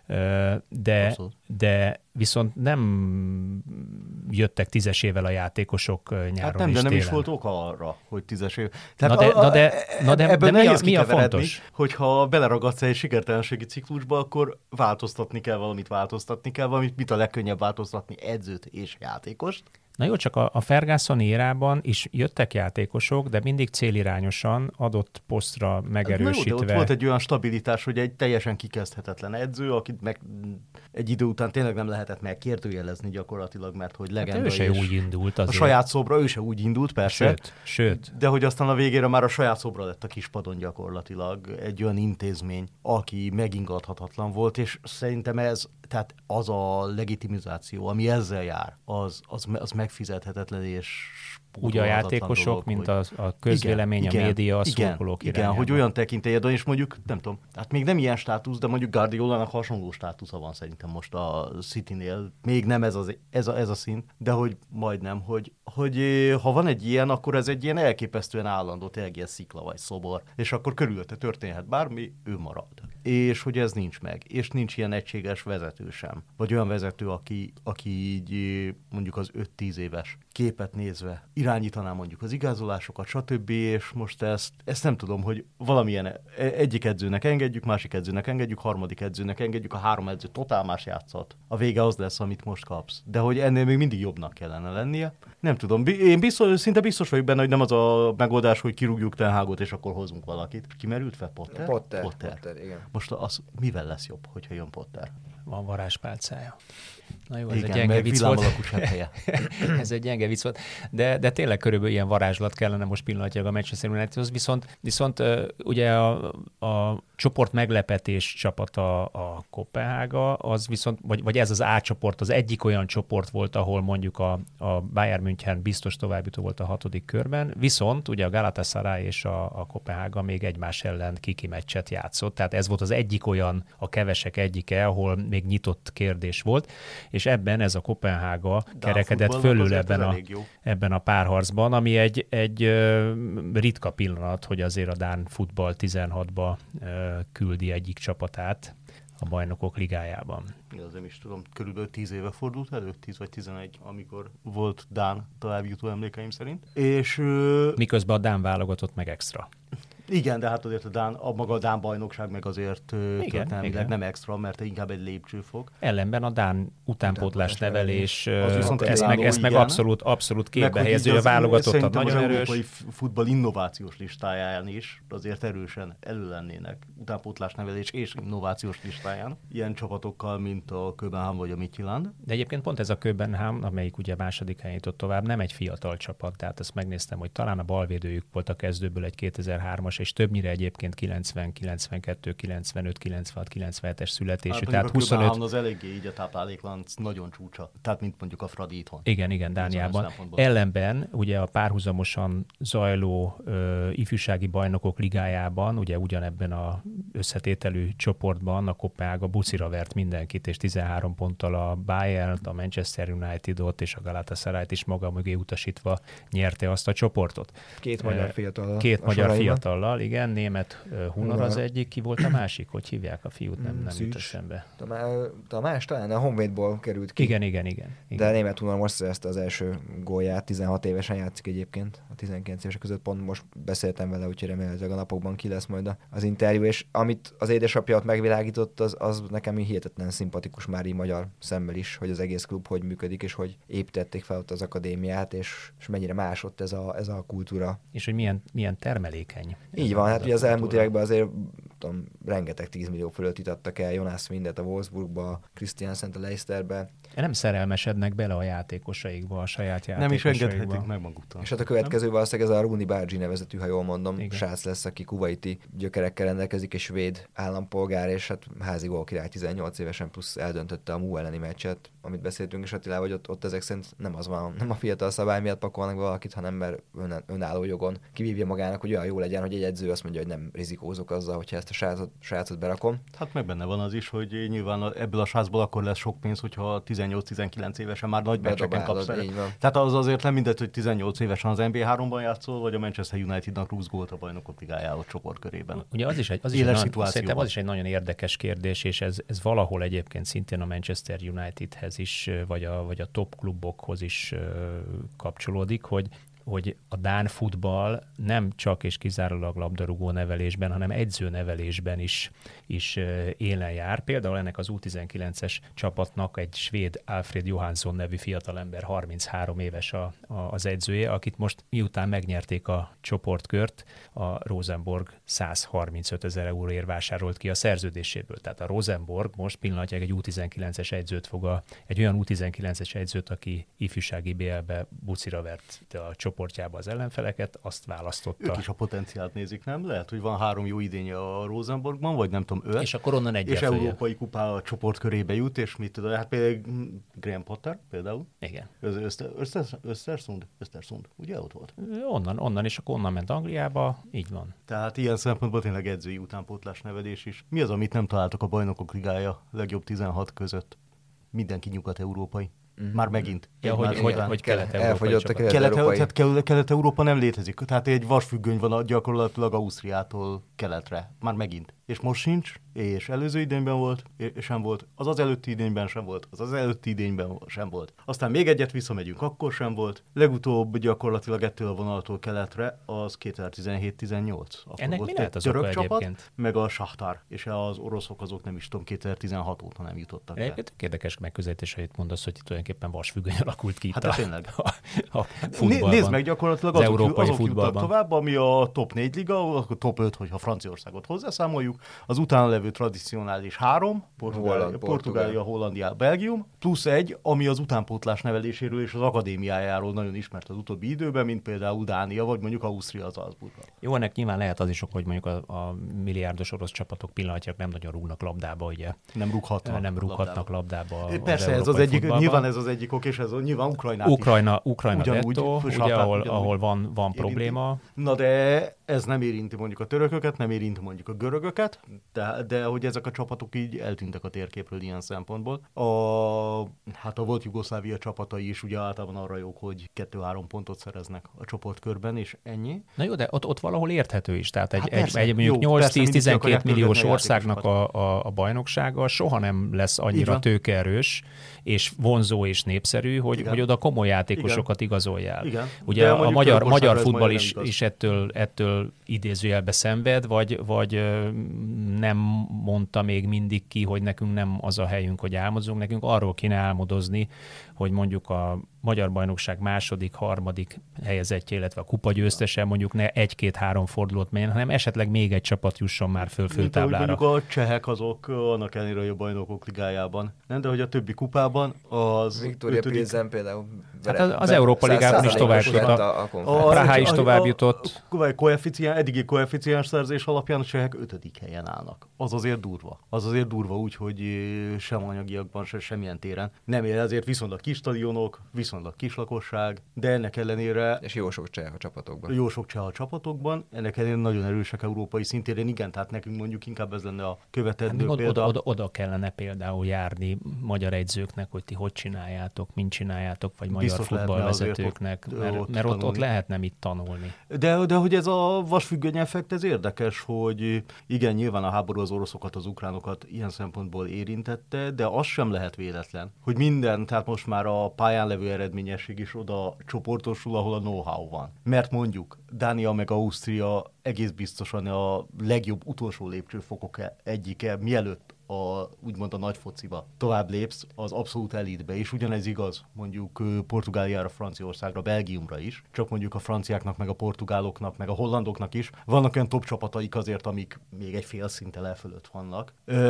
de viszont nem jöttek 10-es évvel a játékosok nyáron hát nem, és de nem télen. is volt oka arra, hogy 10-es év. Tehát mi a fontos? Hogyha beleragadsz egy sikertelenségi ciklusba, akkor változtatni kell valamit, mit a legkönnyebb változtatni, edzőt és játékost. Na jó, csak a Ferguson érában is jöttek játékosok, de mindig célirányosan adott posztra megerősítve. Na jó, de ott volt egy olyan stabilitás, hogy egy teljesen kikezdhetetlen edző, akit meg egy idő után tényleg nem lehetett megkérdőjelezni gyakorlatilag, mert hogy legenda hát ő se úgy indult azért. A saját szobra, ő se úgy indult, persze. Sőt. De hogy aztán a végére már a saját szobra lett a kispadon gyakorlatilag egy olyan intézmény, aki megingathatatlan volt, és szerintem tehát az a legitimizáció, ami ezzel jár, az megfizethetetlen, és úgy a játékosok, mint a közvélemény, a média, a szurkolók irányába. Igen, hogy olyan tekintélyed van, és mondjuk, nem tudom, hát még nem ilyen státusz, de mondjuk Guardiolának hasonló státusza van szerintem most a Citynél. Még nem ez a szint, de hogy majdnem, hogy ha van egy ilyen, akkor ez egy ilyen elképesztően állandó, tényleg ilyen szikla vagy szobor, és akkor körülötte történhet bármi, ő marad. És hogy ez nincs meg. És nincs ilyen egységes vezető sem. Vagy olyan vezető, aki így mondjuk az 5-10 éves képet nézve irányítaná mondjuk az igazolásokat, stb. És most ezt nem tudom, hogy valamilyen egyik edzőnek engedjük, másik edzőnek engedjük, harmadik edzőnek engedjük, a 3 edző totál más játszat. A vége az lesz, amit most kapsz. De hogy ennél még mindig jobbnak kellene lennie. Nem tudom, én szinte biztos vagyok benne, hogy nem az a megoldás, hogy kirúgjuk Ten Hagot, és akkor hozunk valakit. Kimerült fel Potter? Potter, igen. Most az mivel lesz jobb, hogyha jön Potter? Van varázspálcája. Na jó, ez igen, egy gyenge vicc volt. Ez egy gyenge vicc volt. De tényleg körülbelül ilyen varázslat kellene most pillanatilag a Manchester Unitedhoz, viszont ugye a csoport meglepetés csapata a Kopenhága, az viszont, vagy ez az A csoport, az egyik olyan csoport volt, ahol mondjuk a Bayern München biztos továbbjutó volt a 6. körben, viszont ugye a Galatasaray és a Kopenhága még egymás ellen kiki meccset játszott, tehát ez volt az egyik olyan, a kevesek egyike, ahol még nyitott kérdés volt, és ebben ez a Kopenhága kerekedett fölül ebben a párharcban, ami egy ritka pillanat, hogy azért a dán futball 16-ba küldi egyik csapatát a Bajnokok Ligájában. Igen, nem is tudom, körülbelül 10 éve fordult elő, 10 vagy 11, amikor volt dán továbbjutó emlékeim szerint. És miközben a dán válogatott meg extra. Igen, de hát azért maga a dán bajnokság meg azért történelmileg nem extra, mert inkább egy lépcsőfok. Ellenben a dán utánpótlás nevelés, ezt meg abszolút képbe helyező, hogy a válogatottat nagyon erős. Az európai futball innovációs listáján is azért erősen elő lennének utánpótlás nevelés és innovációs listáján. Ilyen csapatokkal, mint a Köbenham vagy a Midtjylland. De egyébként pont ez a Köbenham, amelyik ugye második helyen jutott tovább, nem egy fiatal csapat, tehát ezt megnéztem, hogy talán a balvédőjük volt a kezdőből egy 2003-as, és többnyire egyébként 90, 92, 95, 96, 97-es születésű. Hát tehát a 25... az eléggé így a tápláléklánc nagyon csúcsa. Tehát mint mondjuk a Fradi itthon. Igen, Dániában. Ellenben ugye a párhuzamosan zajló ifjúsági bajnokok ligájában, ugye ugyanebben a összetételű csoportban a Kopenhága bucira vert mindenkit, és 13 ponttal a Bayern, a Manchester Unitedot és a Galatasarayt is maga mögé utasítva nyerte azt a csoportot. Két magyar fiatallal. Igen, német Hunar az egyik, ki volt a másik? Hogy hívják a fiút? Nem jut eszembe. Tamás talán a Honvédból került ki. Igen. De német Hunar most szerezte az első gólját, 16 évesen játszik egyébként, a 19 évesek között, pont most beszéltem vele, úgyhogy remélhetőleg a napokban ki lesz majd az interjú, és amit az édesapja ott megvilágított, az nekem hihetetlen szimpatikus már így magyar szemmel is, hogy az egész klub hogy működik, és hogy építették fel ott az akadémiát, és mennyire más ott ez a kultúra. És hogy milyen termelékeny. Így van, hát ugye az elmúlt években azért rengeteg 10 millió fölött itattak el, Jonas Windet a Wolfsburgba, Christiansen a Leicesterbe. Nem szerelmesednek bele a játékosaikba, a saját játékosaikba. Nem is engedhetik meg maguktól. És hát a következő valószínűleg ez a Rooney Bargi nevezetű, ha jól mondom, srác lesz, aki kuwaiti gyökerekkel rendelkezik, és svéd állampolgár, és hát házi gólkirály 18 évesen, plusz eldöntötte a MU elleni meccset, amit beszéltünk is Attilával, hogy ott ezek szerint nem az van, nem a fiatal szabály miatt pakolnak valakit, hanem mert önálló jogon kivívja magának, hogy olyan jó legyen, hogy egy edző azt mondja, hogy nem rizikózok azzal, hogyha ezt a srácot berakom. Hát meg benne van az is, hogy nyilván ebből a srácból akkor lesz sok pénz, hogyha 18-19 évesen már nagy meccseken kapsz. Tehát az azért nem mindegy, hogy 18 évesen az NBA3-ban játszol, vagy a Manchester Unitednak rúgsz gólt a Bajnokok Ligájához csoportkörében. Ugye az is egy nagyon érdekes kérdés, és ez valahol egyébként szintén a Manchester Unitedhez is, vagy a top klubokhoz is kapcsolódik, hogy a dán futball nem csak és kizárólag labdarúgó nevelésben, hanem edzőnevelésben is élen jár. Például ennek az U19-es csapatnak egy svéd Alfred Johansson nevű fiatalember, 33 éves az edzője, akit most miután megnyerték a csoportkört, a Rosenborg 135 000 euróért vásárolt ki a szerződéséből. Tehát a Rosenborg most pillanatnyilag egy U19-es edzőt egy olyan U19-es edzőt, aki ifjúsági BL-be bucira vert a csoportjába az ellenfeleket, azt választotta. Ők is a potenciált nézik, nem? Lehet, hogy van 3 jó idénye a Rosenborgban, vagy nem tudom, 5. És akkor onnan egyet és európai kupá a csoportkörébe jut, és mit tudom, hát például Graham Potter például. Igen. Östersund, ugye ott volt? Onnan, és akkor onnan ment Angliába, így van. Tehát ilyen szempontból tényleg edzői utánpótlás nevelés is. Mi az, amit nem találtak a Bajnokok Ligája legjobb 16 között? Mindenki nyugat-európai. Már megint. Ja, hogy elfogyott a Kelet-Európa nem létezik. Tehát egy vasfüggöny van gyakorlatilag Ausztriától keletre. Már megint. És most sincs, és előző idényben volt, és sem volt. Az előtti idényben sem volt, az előtti idényben sem volt. Aztán még egyet visszamegyünk, akkor sem volt. Legutóbb gyakorlatilag ettől a vonaltól keletre, az 2017-18. Ennek volt mi lehet az török oka csapat, egyébként? meg a Shakhtar, és az oroszok azok nem is tudom, 2016 óta nem jutottak be. Egyébként érdekes megközelítés, hogy itt mondasz, hogy tulajdonképpen vasfüggöny alakult ki Hát tényleg. a futballban. Nézd meg, gyakorlatilag azok jutnak tovább, ami a top 4 liga, a top 5, hogyha Franciaországot hozzászámoljuk, az utána levő tradicionális 3, Portugália, Hollandia, Belgium, plusz 1, ami az utánpótlás neveléséről és az akadémiájáról nagyon ismert az utóbbi időben, mint például Dánia, vagy mondjuk Ausztria az Salzburgban. Jó, ennek nyilván lehet az is ok, hogy mondjuk a milliárdos orosz csapatok pillanatnyilag nem nagyon rúgnak labdába, ugye. Nem rúghatnak labdába. Persze, ez az egyik, nyilván ez az egyik ok, és ez nyilván Ukrajna vettó, ugye, ahol van probléma. Na de ez nem érinti mondjuk a törököket, nem érinti mondjuk a görögöket, de hogy ezek a csapatok így eltűntek a térképről ilyen szempontból. A volt Jugoszlávia csapatai is ugye általában arra jók, hogy 2-3 pontot szereznek a csoportkörben, és ennyi. Na jó, de ott valahol érthető is. Tehát egy mondjuk 8-10-12 milliós országnak a bajnoksága soha nem lesz annyira tőkeerős, és vonzó és népszerű, hogy oda komoly játékosokat igazoljál. Igen. Ugye a magyar futball is ettől idézőjelbe szenved, vagy nem mondta még mindig ki, hogy nekünk nem az a helyünk, hogy álmodozunk, nekünk arról kéne álmodozni, hogy mondjuk a Magyar Bajnokság második, harmadik helyezettje, illetve a kupa győztese mondjuk ne 1-2-3 fordulót menjen, hanem esetleg még egy csapat jusson már föltáblára. Mondjuk a csehek azok annak ellenére, hogy a Bajnokok Ligájában. Nem, de hogy a többi kupában az Viktória Pilsen például. Hát az Európa Ligában is tovább jutott. A Praha is tovább jutott. Eddigi koeficiens szerzés alapján a csehek 5. helyen állnak. Az azért durva úgy, hogy sem anyagiakban, semmilyen téren. Nem ér, ezért viszonylag kis stadionok, viszonylag kis lakosság, de ennek ellenére... És jó sok cseh a csapatokban. Ennek ellenére nagyon erősek európai szintéren. Igen, tehát nekünk mondjuk inkább ez lenne a követendő példa. Oda kellene például járni magyar egyzőknek, hogy ti hogy csináljátok, mint csináljátok, vagy magyar futballvezetőknek, mert ott lehetne mit tanulni. De hogy ez a vasfüggöny effekt, ez érdekes, hogy igen, nyilván a háború az oroszokat, az ukránokat ilyen szempontból érintette, de az sem lehet véletlen, hogy minden, tehát most már a pályán levő eredményesség is oda csoportosul, ahol a know-how van. Mert mondjuk Dánia meg Ausztria egész biztosan a legjobb utolsó lépcsőfokok egyike, mielőtt úgymond a nagy fociba tovább lépsz, az abszolút elitbe, és ugyanez igaz mondjuk Portugáliára, Franciaországra, Belgiumra is, csak mondjuk a franciáknak, meg a portugáloknak, meg a hollandoknak is vannak olyan top csapataik azért, amik még egy fél szinttel elfölött vannak.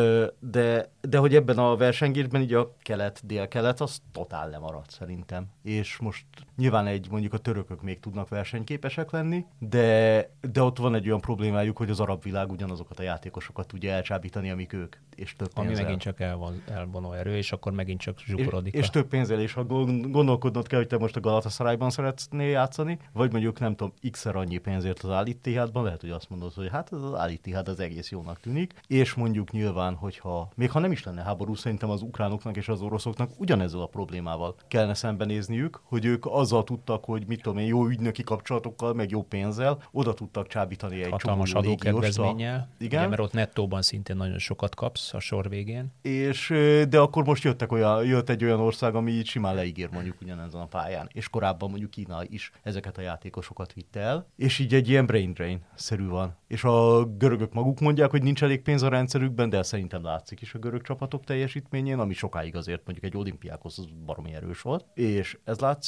De hogy ebben a versengésben így a kelet-dél-kelet az totál lemaradt szerintem. És most nyilván mondjuk a törökök még tudnak versenyképesek lenni, de ott van egy olyan problémájuk, hogy az arab világ ugyanazokat a játékosokat tudja elcsábítani, amik ők. És több pénzzel. Ami megint csak elvonó erő, és akkor megint csak zsuporodik. És több pénzzel, és ha gondolkodnod kell, hogy te most a Galatasarayban szeretnél játszani, vagy mondjuk nem tudom, x-szer annyi pénzért az Al Ittihadban, lehet, hogy azt mondod, hogy hát az Al Ittihad az egész jónak tűnik, és mondjuk nyilván, hogyha még ha nem is lenne háború, szerintem az ukránoknak és az oroszoknak ugyanezzel a problémával kellene szembenézniük, hogy ők azzal tudtak, hogy mit tudom én, jó ügynöki kapcsolatokkal, meg jó pénzzel oda tudtak csábítani egy hatalmas adókedvezménnyel, igen, mert ott nettóban szintén nagyon sokat kapsz a sor végén. De akkor most jött egy olyan ország, ami így simán leígér mondjuk ugyanezen a pályán. És korábban mondjuk Kína is ezeket a játékosokat vitte el. És így egy ilyen brain drain-szerű van. És a görögök maguk mondják, hogy nincs elég pénz a rendszerükben, de szerintem látszik is a görög csapatok teljesítményén, ami sokáig azért mondjuk egy Olimpiákhoz baromi erős volt. És ez látszik.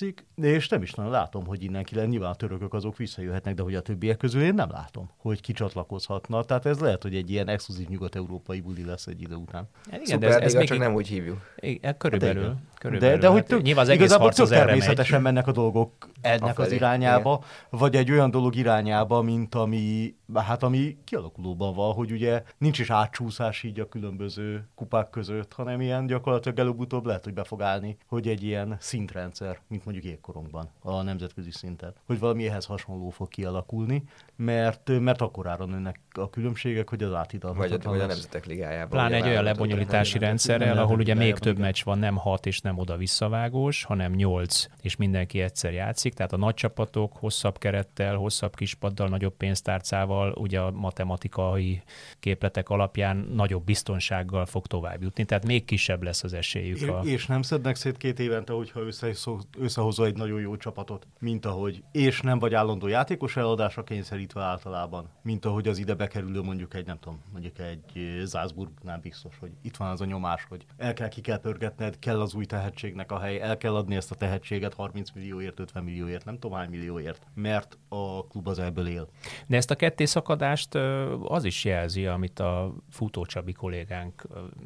és nem is nagyon látom, hogy innen ki nyilván a törökök azok visszajöhetnek, de hogy a többiek közül én nem látom, hogy kicsatlakozhatna. Tehát ez lehet, hogy egy ilyen exkluzív nyugat-európai buli lesz egy idő után. Igen, de ez még... csak nem úgy hívjuk. Körülbelül. De hogy nyilván az egész harc az erre természetesen mennek a dolgok ennek az irányába, vagy egy olyan dolog irányába, mint ami kialakulóban van, hogy ugye nincs is átcsúszás így a különböző kupák között, hanem ilyen gyakorlatilag előbb-utóbb lehet, hogy be fog állni, hogy egy ilyen szintrendszer, mint mondjuk jégkorongban a nemzetközi szinten, hogy valami ehhez hasonló fog kialakulni, mert akkorára nőnek a különbségek, hogy az áthidalhatatlan. Vagy a Nemzetek Ligájában. Pláne egy olyan lebonyolítási rendszerrel, ahol ugye még több meccs van, nem 6 és nem oda visszavágós, hanem 8, és mindenki egyszer játszik, tehát a nagy csapatok hosszabb kerettel, hosszabb kispaddal, nagyobb pénztárcával, ugye a matematikai képletek alapján nagyobb biztonsággal fog tovább jutni, tehát még kisebb lesz az esélyük. És nem szednek szét 2 évente, hogyha összehozol egy nagyon jó csapatot, mint ahogy, és nem vagy állandó játékos eladásra kényszerítve általában, mint ahogy az ide bekerülő mondjuk egy Salzburgnál biztos, hogy itt van az a nyomás, hogy ki kell pörgetned, kell az új tehetségnek a hely, el kell adni ezt a tehetséget 30 millióért, 50 millióért, nem tudom hány millióért, mert a klub az ebből él. De ezt a kettészakadást az is jelzi, amit a Futó Csabi kollégánk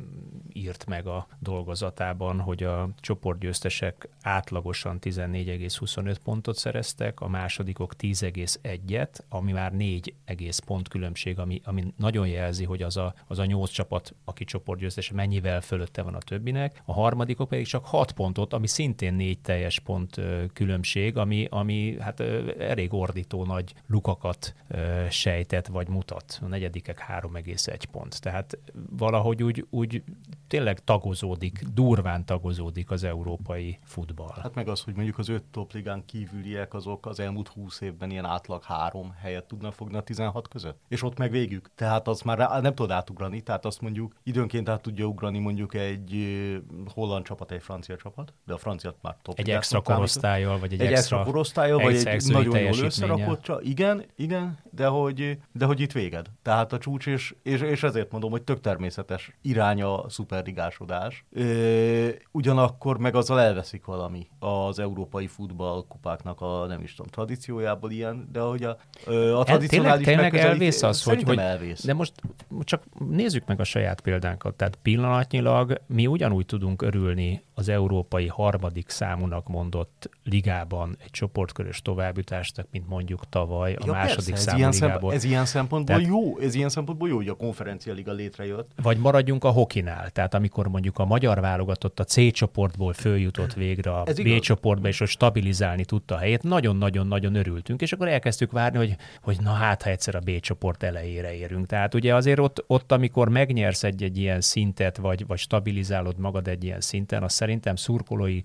írt meg a dolgozatában, hogy a csoportgyőztesek átlagosan 14,25 pontot szereztek, a másodikok 10,1-et, ami már 4 egész pont különbség, ami nagyon jelzi, hogy az a 8 csapat, aki csoportgyőztes, mennyivel fölötte van a többinek, a harmadikok pedig csak 6 pontot, ami szintén 4 teljes pont különbség, ami hát elég ordító nagy lukakat sejtett vagy mutat. A negyedikek 3,1 pont. Tehát valahogy úgy tényleg tagozódik, durván tagozódik az európai futball. Hát meg az, hogy mondjuk az 5 topligán kívüliek azok az elmúlt 20 évben ilyen átlag 3 helyet tudnak fogni a 16 között. És ott meg végük. Tehát azt már nem tudod átugrani, tehát azt mondjuk időnként át tudja ugrani mondjuk egy holland csapat, egy francia csapat, de a franciát már egy extra korosztállyal, vagy egy extra korosztállyal, vagy egy nagyon jól összerakott, igen, de hogy itt véged. Tehát a csúcs, és ezért mondom, hogy tök természetes irány a szuperligásodás. Ugyanakkor meg azzal elveszik valami az európai futballkupáknak a nem is tudom, tradíciójából ilyen, de hogy a tradicionális tényleg elvész az, hogy elvész. De most csak nézzük meg a saját példánkat. Tehát pillanatnyilag mi ugyanúgy tudunk örülni az európai harmadik számúnak mondott ligában egy csoportkörös továbbjutásnak, mint mondjuk tavaly a második számú ligából. Ez ilyen szempontból jó, hogy a konferencia liga létrejött. Vagy maradjunk a hokinál. Tehát amikor mondjuk a magyar válogatott a C csoportból följutott végre a B csoportba, és hogy stabilizálni tudta a helyét, nagyon-nagyon-nagyon örültünk, és akkor elkezdtük várni, hogy na hát, ha egyszer a B csoport elejére érünk. Tehát ugye azért ott amikor megnyersz egy ilyen szintet, vagy stabilizálod magad egy ilyen szinten, az szerintem szurkolói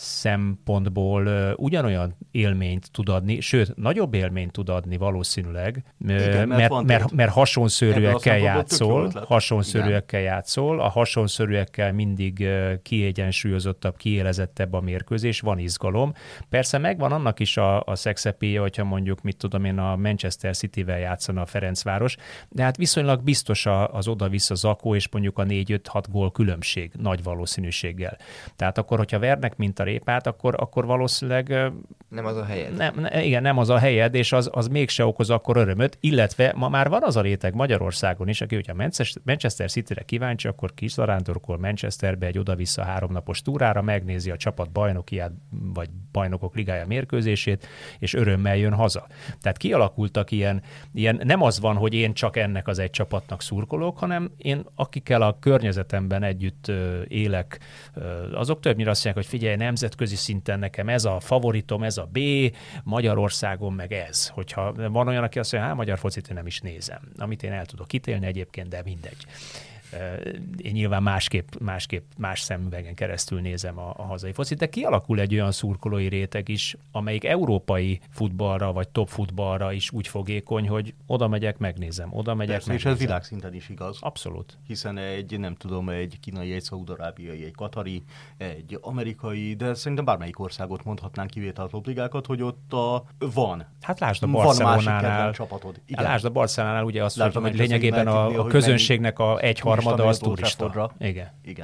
szempontból ugyanolyan élményt tud adni, sőt, nagyobb élményt tud adni valószínűleg, igen, mert hasonszörűekkel játszol, a hasonszörűekkel mindig kiegyensúlyozottabb, kiélezettebb a mérkőzés, van izgalom. Persze megvan annak is a szexepéje, hogyha mondjuk, mit tudom én, a Manchester Cityvel játszana a Ferencváros, de hát viszonylag biztos az oda-vissza zakó, és mondjuk a 4-5-6 gól különbség nagy valószínűséggel. Tehát akkor, hogyha vernek mint a répát, akkor valószínűleg... Nem az a helyed. Igen, nem az a helyed, és az mégse okoz akkor örömöt, illetve ma már van az a réteg Magyarországon is, aki, hogyha Manchester Cityre kíváncsi, akkor kiszarántorkol Manchesterbe egy oda-vissza 3 napos túrára, megnézi a csapat bajnokiát, vagy bajnokok ligája mérkőzését, és örömmel jön haza. Tehát kialakultak ilyen nem az van, hogy én csak ennek az egy csapatnak szurkolok, hanem én, akikkel a környezetemben együtt élek, azok többnyire azt mondják, hogy figyelj, nemzetközi szinten nekem ez a favoritom, ez a B, Magyarországon meg ez. Hogyha van olyan, aki azt mondja, magyar focit én nem is nézem, amit én el tudok ítélni egyébként, de mindegy. Én nyilván más szemüvegen keresztül nézem a hazai focit, de kialakul egy olyan szurkolói réteg is, amelyik európai futballra vagy top futballra is úgy fogékony, hogy oda megyek, megnézem, megnézem. És ez világszinten is igaz. Abszolút. Hiszen egy kínai, egy szaúd-arábiai, egy katari, egy amerikai, de szerintem bármelyik országot mondhatnánk kivétel a topligákat, hogy ott van. Hát lásd a Barcelonánál. Lásd a Barcelonánál ugye azt, hogy lényegében a közönségnek a egyharmada az turista. Igen.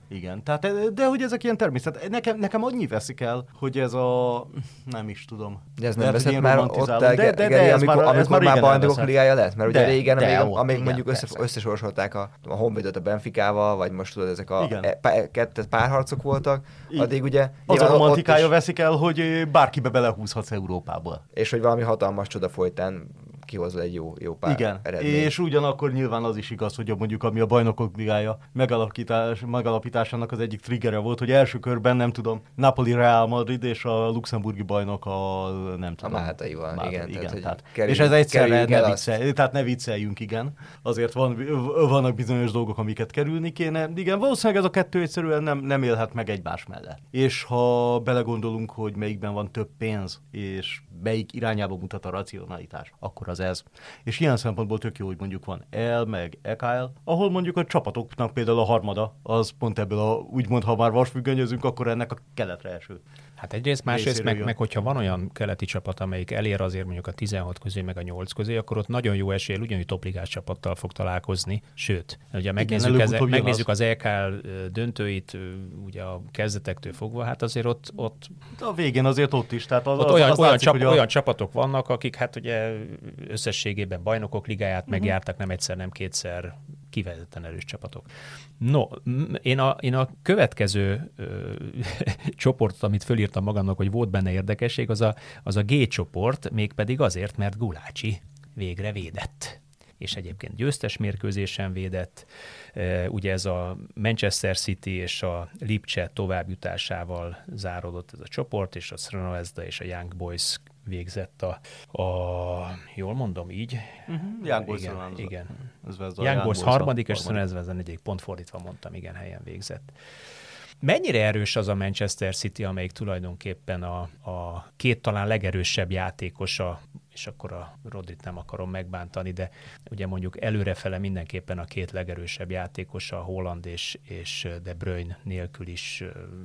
Igen. Tehát, de hogy ezek ilyen természet. Nekem annyi veszik el, hogy ez a... nem is tudom. De ez nem veszett már ott el, amikor már bajnokok ligája lett? Mert ugye régen, amíg mondjuk összesorsolták a Honvédot a Benficával, vagy most tudod, ezek a kettő párharcok voltak, addig ugye... Az a romantikája veszik el, hogy bárkibe belehúzhatsz Európából. És hogy valami hatalmas csoda folytán kihozza egy jó pár eredmény. És ugyanakkor nyilván az is igaz, hogy mondjuk ami a Bajnokok Ligája megalapításának az egyik triggere volt, hogy első körben nem tudom, Napoli, Real Madrid és a luxemburgi bajnok a nem tudom. A Máltaival, igen. Tehát, és ez egyszerre ne vicceljünk, igen. Azért vannak bizonyos dolgok, amiket kerülni kéne. Igen, valószínűleg ez a kettő egyszerűen nem élhet meg egymás mellett. És ha belegondolunk, hogy melyikben van több pénz, és melyik irányába mutat a racionalitás, akkor az ez. És ilyen szempontból tök jó, hogy mondjuk van EL, meg EKL, ahol mondjuk a csapatoknak például a harmada, az pont ebből úgymond, ha már vasfüggönyözünk, akkor ennek a keletre eső. Hát egyrészt, másrészt meg hogyha van olyan keleti csapat, amelyik elér azért mondjuk a 16 közé, meg a 8 közé, akkor ott nagyon jó eséllyel ugyanúgy topligás csapattal fog találkozni. Sőt, ugye megnézzük az EKL döntőit, ugye a kezdetektől fogva, hát azért ott a végén azért ott is. Tehát olyan csapatok vannak, akik hát ugye összességében bajnokok ligáját megjártak, nem egyszer, nem kétszer, kifejezetten erős csapatok. No, én a következő csoportot, amit fölírtam magamnak, hogy volt benne érdekesség, az a G csoport, mégpedig azért, mert Gulácsi végre védett. És egyébként győztes mérkőzésen védett. Ugye ez a Manchester City és a Lipcse továbbjutásával záródott ez a csoport, és a Crvena és a Young Boys végzett jól mondom így? Young Boys. Igen. Young Boys harmadik, és Crvena negyedik, pont fordítva mondtam, igen, helyen végzett. Mennyire erős az a Manchester City, amelyik tulajdonképpen a két talán legerősebb játékosa, és akkor a Rodrit nem akarom megbántani, de ugye mondjuk előrefele mindenképpen a két legerősebb játékosa, a Haaland és De Bruyne nélkül is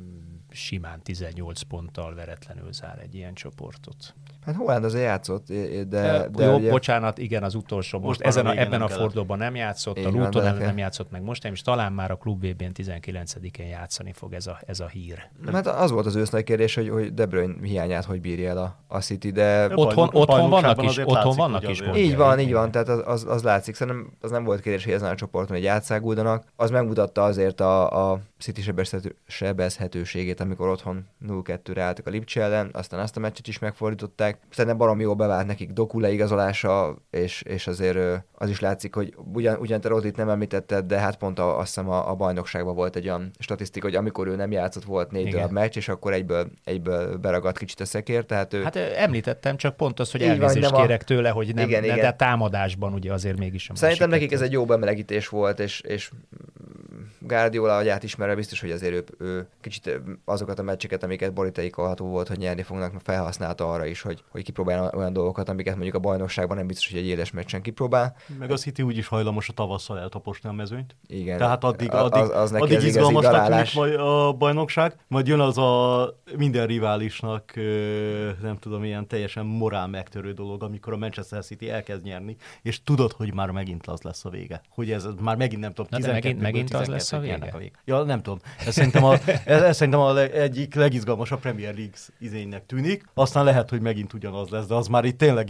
simán 18 ponttal veretlenül zár egy ilyen csoportot. Hát Haaland azért játszott, de jó, ugye... bocsánat, igen, az utolsó. Most ebben a fordulóban nem játszott, a Luton ellen nem játszott meg most, és talán már a klub VB-n 19-én játszani fog ez a hír. Hát az volt az ősznej kérdés, hogy De Bruyne hiányát hogy bírja el a City, de... Otthon vannak is gondjai. Így van, tehát az látszik. Szerintem az nem volt kérdés, hogy ezen a csoporton egy játszáguldanak. Az megmutatta azért a City sebezhetőségét, amikor otthon 0-2-re álltak a Lipcse ellen, aztán azt a meccset is megfordították. Szerintem baromi jól bevált nekik Doku leigazolása, és azért az is látszik, hogy ugyan te Rodrit nem említetted, de hát pont azt hiszem a bajnokságban volt egy olyan statisztika, hogy amikor ő nem játszott, volt 4 darab meccs, és akkor egyből beragadt kicsit a szekér. Tehát Hát említettem, csak pont az, hogy elnézést kérek tőle, hogy nem, igen. De támadásban ugye azért mégis a Szerintem nekik ez egy jó bemelegítés volt, és Guardiola agyát ismerve biztos, hogy azért ő kicsit azokat a meccseket, amiket borítékolható volt, hogy nyerni fognak, felhasználta arra is, hogy kipróbál olyan dolgokat, amiket mondjuk a bajnokságban nem biztos, hogy egy éles meccsen kipróbál. Meg a City úgyis hajlamos a tavasszal eltaposni a mezőnyt. Igen. Tehát addig izgalmasnak tűnik a bajnokság, majd jön az a minden riválisnak nem tudom, ilyen teljesen morál megtörő dolog, amikor a Manchester City elkezd nyerni, és tudod, hogy már megint az lesz a vége. Hogy ez már megint nem tudom, 12 megint az lesz a vége? Ja, nem tudom. Ez szerintem egyik legizgalmasabb Premier League izénynek tűnik. Aztán lehet, hogy megint ugyanaz lesz, de az már itt tényleg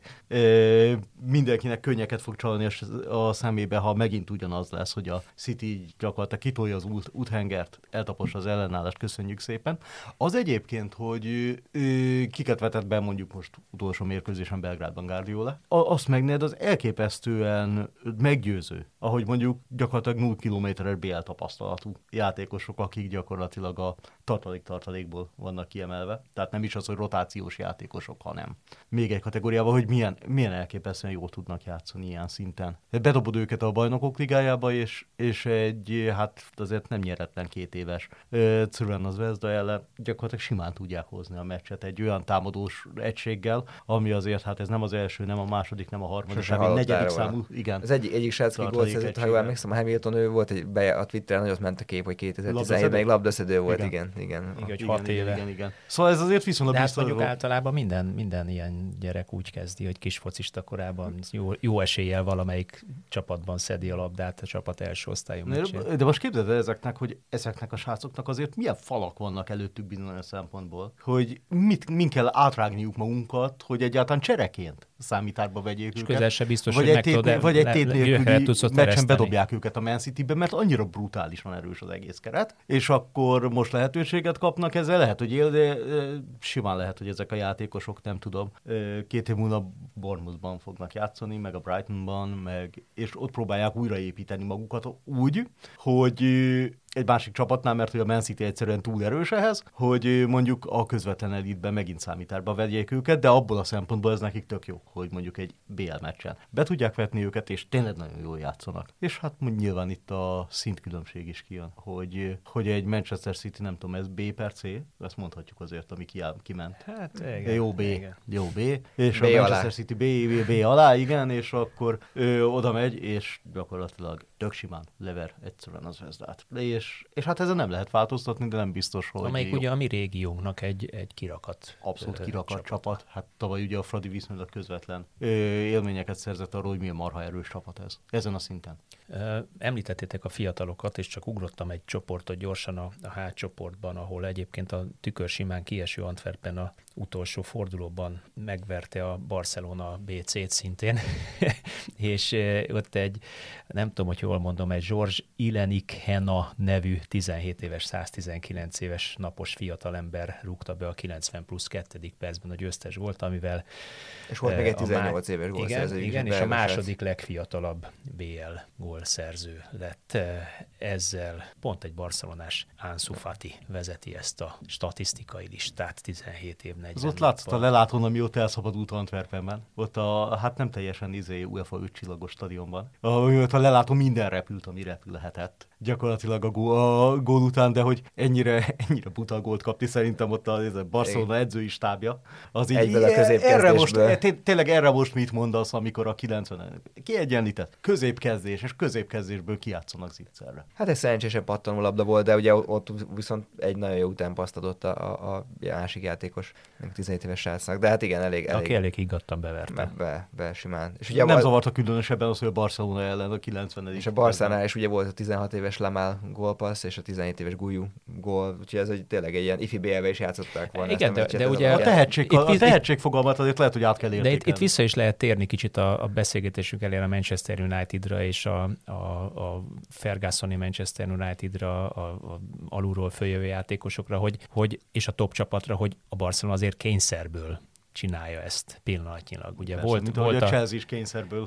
mindenkinek könnyeket fog csalni a szemébe, ha megint ugyanaz lesz, hogy a City gyakorlatilag kitolja az úthengert, eltapossa az ellenállást, köszönjük szépen. Az egyébként, hogy kiket vetett be mondjuk most utolsó mérkőzésen Belgrádban Guardiola, azt megnézed, az elképesztően meggyőző, ahogy mondjuk gyakorlatilag 0 kilométeres BL tapasztalatú játékosok, akik gyakorlatilag a tartalékból vannak kiemelve. Tehát nem is az, hogy rotációs játékosok, hanem még egy kategóriában, hogy milyen elképesztően jól tudnak játszani ilyen szinten. Bedobod őket a Bajnokok Ligájába, és egy, hát azért nem nyeretlen 2 éves Crvena Zvezda ellen gyakorlatilag simán tudják hozni a meccset egy olyan támadós egységgel, ami azért, hát ez nem az első, nem a második, nem a harmadik, hanem a 4. számú. Igen. Az egyik srác, aki gólt szerzett, ha jól emlékszem, a Hamilton, ő volt a Twitteren nagyot ment a kép, hogy 2017-ben labdaszedő volt, igen. Hogy 6 éve. Igen. Szóval ez azért viszonylag biztos. De hát mondjuk általában minden ilyen gyerek úgy kezdi, hogy kis focista korában jó eséllyel valamelyik csapatban szedi a labdát a csapat első osztályú meccsén. De most képzeld el ezeknek a srácoknak azért milyen falak vannak előttük bizonyos szempontból, hogy min kell átrágniuk magunkat, hogy egyáltalán csereként számításba vegyék őket. Közel se biztos, vagy egy tét nélküli meccsen bedobják őket a Man City-be, mert annyira brutálisan erős az egész keret, és akkor most lehetőséget kapnak ezzel, lehet, hogy de simán lehet, hogy ezek a játékosok, nem tudom, 2 év múlva Bournemouthban fognak játszani, meg a Brightonban, és ott próbálják újraépíteni magukat úgy, hogy egy másik csapatnál, mert hogy a Man City egyszerűen túl erős ehhez, hogy mondjuk a közvetlen elitben megint számításba vegyék őket, de abból a szempontból ez nekik tök jó, hogy mondjuk egy BL meccsen be tudják vetni őket, és tényleg nagyon jól játszanak. És hát nyilván itt a szintkülönbség is kijön, hogy egy Manchester City, nem tudom, ez B per C, ezt mondhatjuk azért, ami kiment. Hát igen. Jó B. És B a Manchester alá. City B alá, igen, és akkor oda megy, és gyakorlatilag tök simán lever egyszerűen az Vezdát. És hát ezen nem lehet változtatni, de nem biztos, hogy... Amelyik ugye a mi régiónknak egy kirakat. Abszolút kirakat csapat. Hát tavaly ugye a Fradi viszonylag közvetlen élményeket szerzett arról, hogy milyen marha erős csapat ez. Ezen a szinten. Említettétek a fiatalokat, és csak ugrottam egy csoportot gyorsan a H csoportban, ahol egyébként a tükörsimán kieső Antwerpen a utolsó fordulóban megverte a Barcelona BC-t szintén, és ott egy, nem tudom, hogy jól mondom, egy George Ilenikhena nevű 17 éves, 119 éves napos fiatalember rúgta be a 90 plusz 2. percben a győztes volt, amivel... És volt még egy 18 éves gólszerző. Igen, és a második legfiatalabb BL gólszerző lett. Ezzel pont egy barcelonás Ansu Fati vezeti ezt a statisztikai listát 17 év 40. Az ott látszott a lelátón, ami ott elszabadult Antwerpenben. Ott hát nem teljesen UEFA 5 csillagos stadionban. Ott a lelátó minden repült, ami repülhetett. Gyakorlatilag a gól után, de hogy ennyire buta gólt kapni, szerintem ott a Barcelona edzői stábja. Az így, egyből a középkezdésből. Tényleg erre most mit mondasz, amikor a 90 kiegyenlített középkezdés, és középkezdésből kijátszanak zicserre. Hát egy szerencsésebb pattanólabda volt, de ugye ott viszont egy nagyon jó utánpaszt adott a másik játékos, 17 éves srácnak, de hát igen, elég. Aki elég higgadtan beverte. Be simán. És ugye nem zavarta különösebben az, hogy a Barcelona ellen a 90. És a Barcelonánál is ugye volt a 16 éves Lamel gólpassz, és a 17 éves Guyu gól, úgyhogy ez tényleg egy ilyen ifi BL-be is játszották volna. Igen, de ugye a tehetség fogalmat azért lehet, hogy át kell értékelni. De itt vissza is lehet térni kicsit a beszélgetésünk elején a Manchester Unitedra és a Fergusoni Manchester Unitedra, a alulról följövő játékosokra, hogy és a top csapatra, hogy a Barcelona azért kényszerből csinálja ezt pillanatnyilag. Ugye persze, volt a Chelsea is kényszerből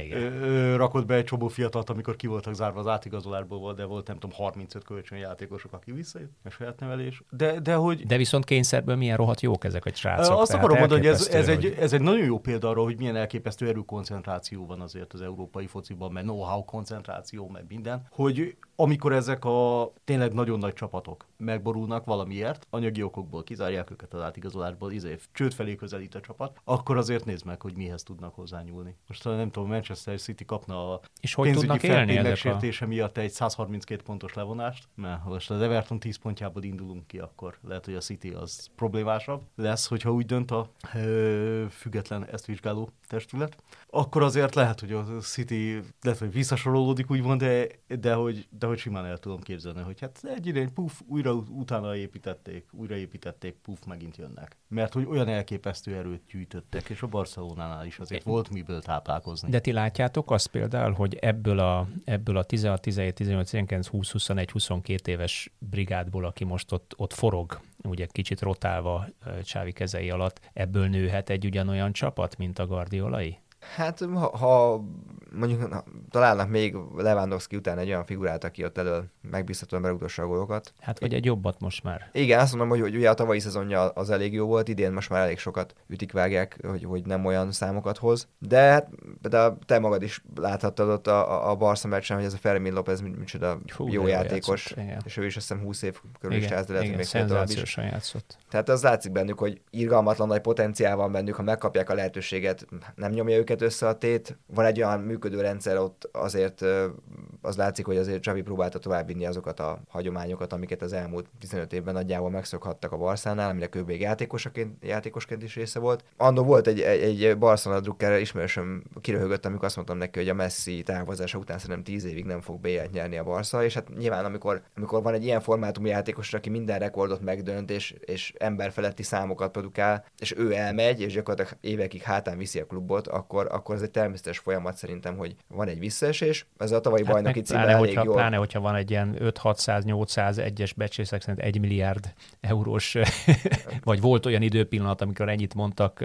rakott be egy csomó fiatalt, amikor ki voltak zárva az átigazolásból, de volt nem tudom 35 kölcsönjátékosok, aki visszajött, a saját nevelés. De viszont kényszerből milyen rohadt jók ezek a srácok. Azt akarom mondani, hogy ez egy nagyon jó példa arra, hogy milyen elképesztő erőkoncentráció van azért az európai fociban, meg know-how koncentráció, meg minden, hogy amikor ezek a tényleg nagyon nagy csapatok megborulnak valamiért, anyagi okokból kizárják őket az átigazolásból, csőd felé közelít a csapat, akkor azért nézd meg, hogy mihez tudnak hozzányúlni. Most nem tudom, Manchester City kapna a pénzügyi feltétel megsértése miatt egy 132 pontos levonást, mert most az Everton 10 pontjából indulunk ki, akkor lehet, hogy a City az problémásabb lesz, hogyha úgy dönt a független ezt vizsgáló testület. Akkor azért lehet, hogy a City lehet, hogy visszasorolódik úgymond, de hogy simán el tudom képzelni, hogy hát egy irány újra utána újraépítették, megint jönnek. Mert hogy olyan elképesztő erőt gyűjtöttek, és a Barcelonánál is azért volt miből táplálkozni. De ti látjátok azt például, hogy ebből a 16, 17, 18, 19, 20, 21, 22 éves brigádból, aki most ott forog, ugye kicsit rotálva Xavi kezei alatt, ebből nőhet egy ugyanolyan csapat, mint a Guardiolai? Hát, ha mondjuk találnak még Lewandowski után egy olyan figurát, aki ott elől megbízhatóan berúgdossa a gólokat. Hát, vagy egy jobbat most már. Igen, azt mondom, hogy ugye a tavalyi szezonja az elég jó volt, idén most már elég sokat ütik-vágják, hogy nem olyan számokat hoz. De hát te magad is láthattad ott a Barca meccsen, hogy ez a Fermin López micsoda jó játékos, játszott, és ő is azt hiszem 20 év körül is játszott, lehet, még szenzációsan játszott. Tehát az látszik bennük, hogy irgalmatlan nagy potenciál van bennük, ha megkapják a lehetőséget, nem nyomja őket össze a tét. Van egy olyan működő rendszer ott azért az látszik, hogy azért Xavi próbálta továbbvinni azokat a hagyományokat, amiket az elmúlt 15 évben nagyjából megszokhattak a Barszánál, amire kb. Játékosként is része volt. Annó volt egy Barcelona drukker, ismerősöm kiröhögött, amikor azt mondtam neki, hogy a Messi távozása után szerintem 10 évig nem fog BL-t nyerni a Barca, és hát nyilván amikor van egy ilyen formátumú játékos, aki minden rekordot megdönt, és emberfeletti számokat produkál, és ő elmegy, és gyakorlatilag évekig hátán viszi a klubot, akkor ez egy természetes folyamat szerintem, hogy van egy visszaesés. Ez a tavalyi bajnoki címben elég jól. Pláne, hogyha van egy ilyen 5-600-801-es becslések szerint 1 milliárd eurós, vagy volt olyan időpillanat, amikor ennyit mondtak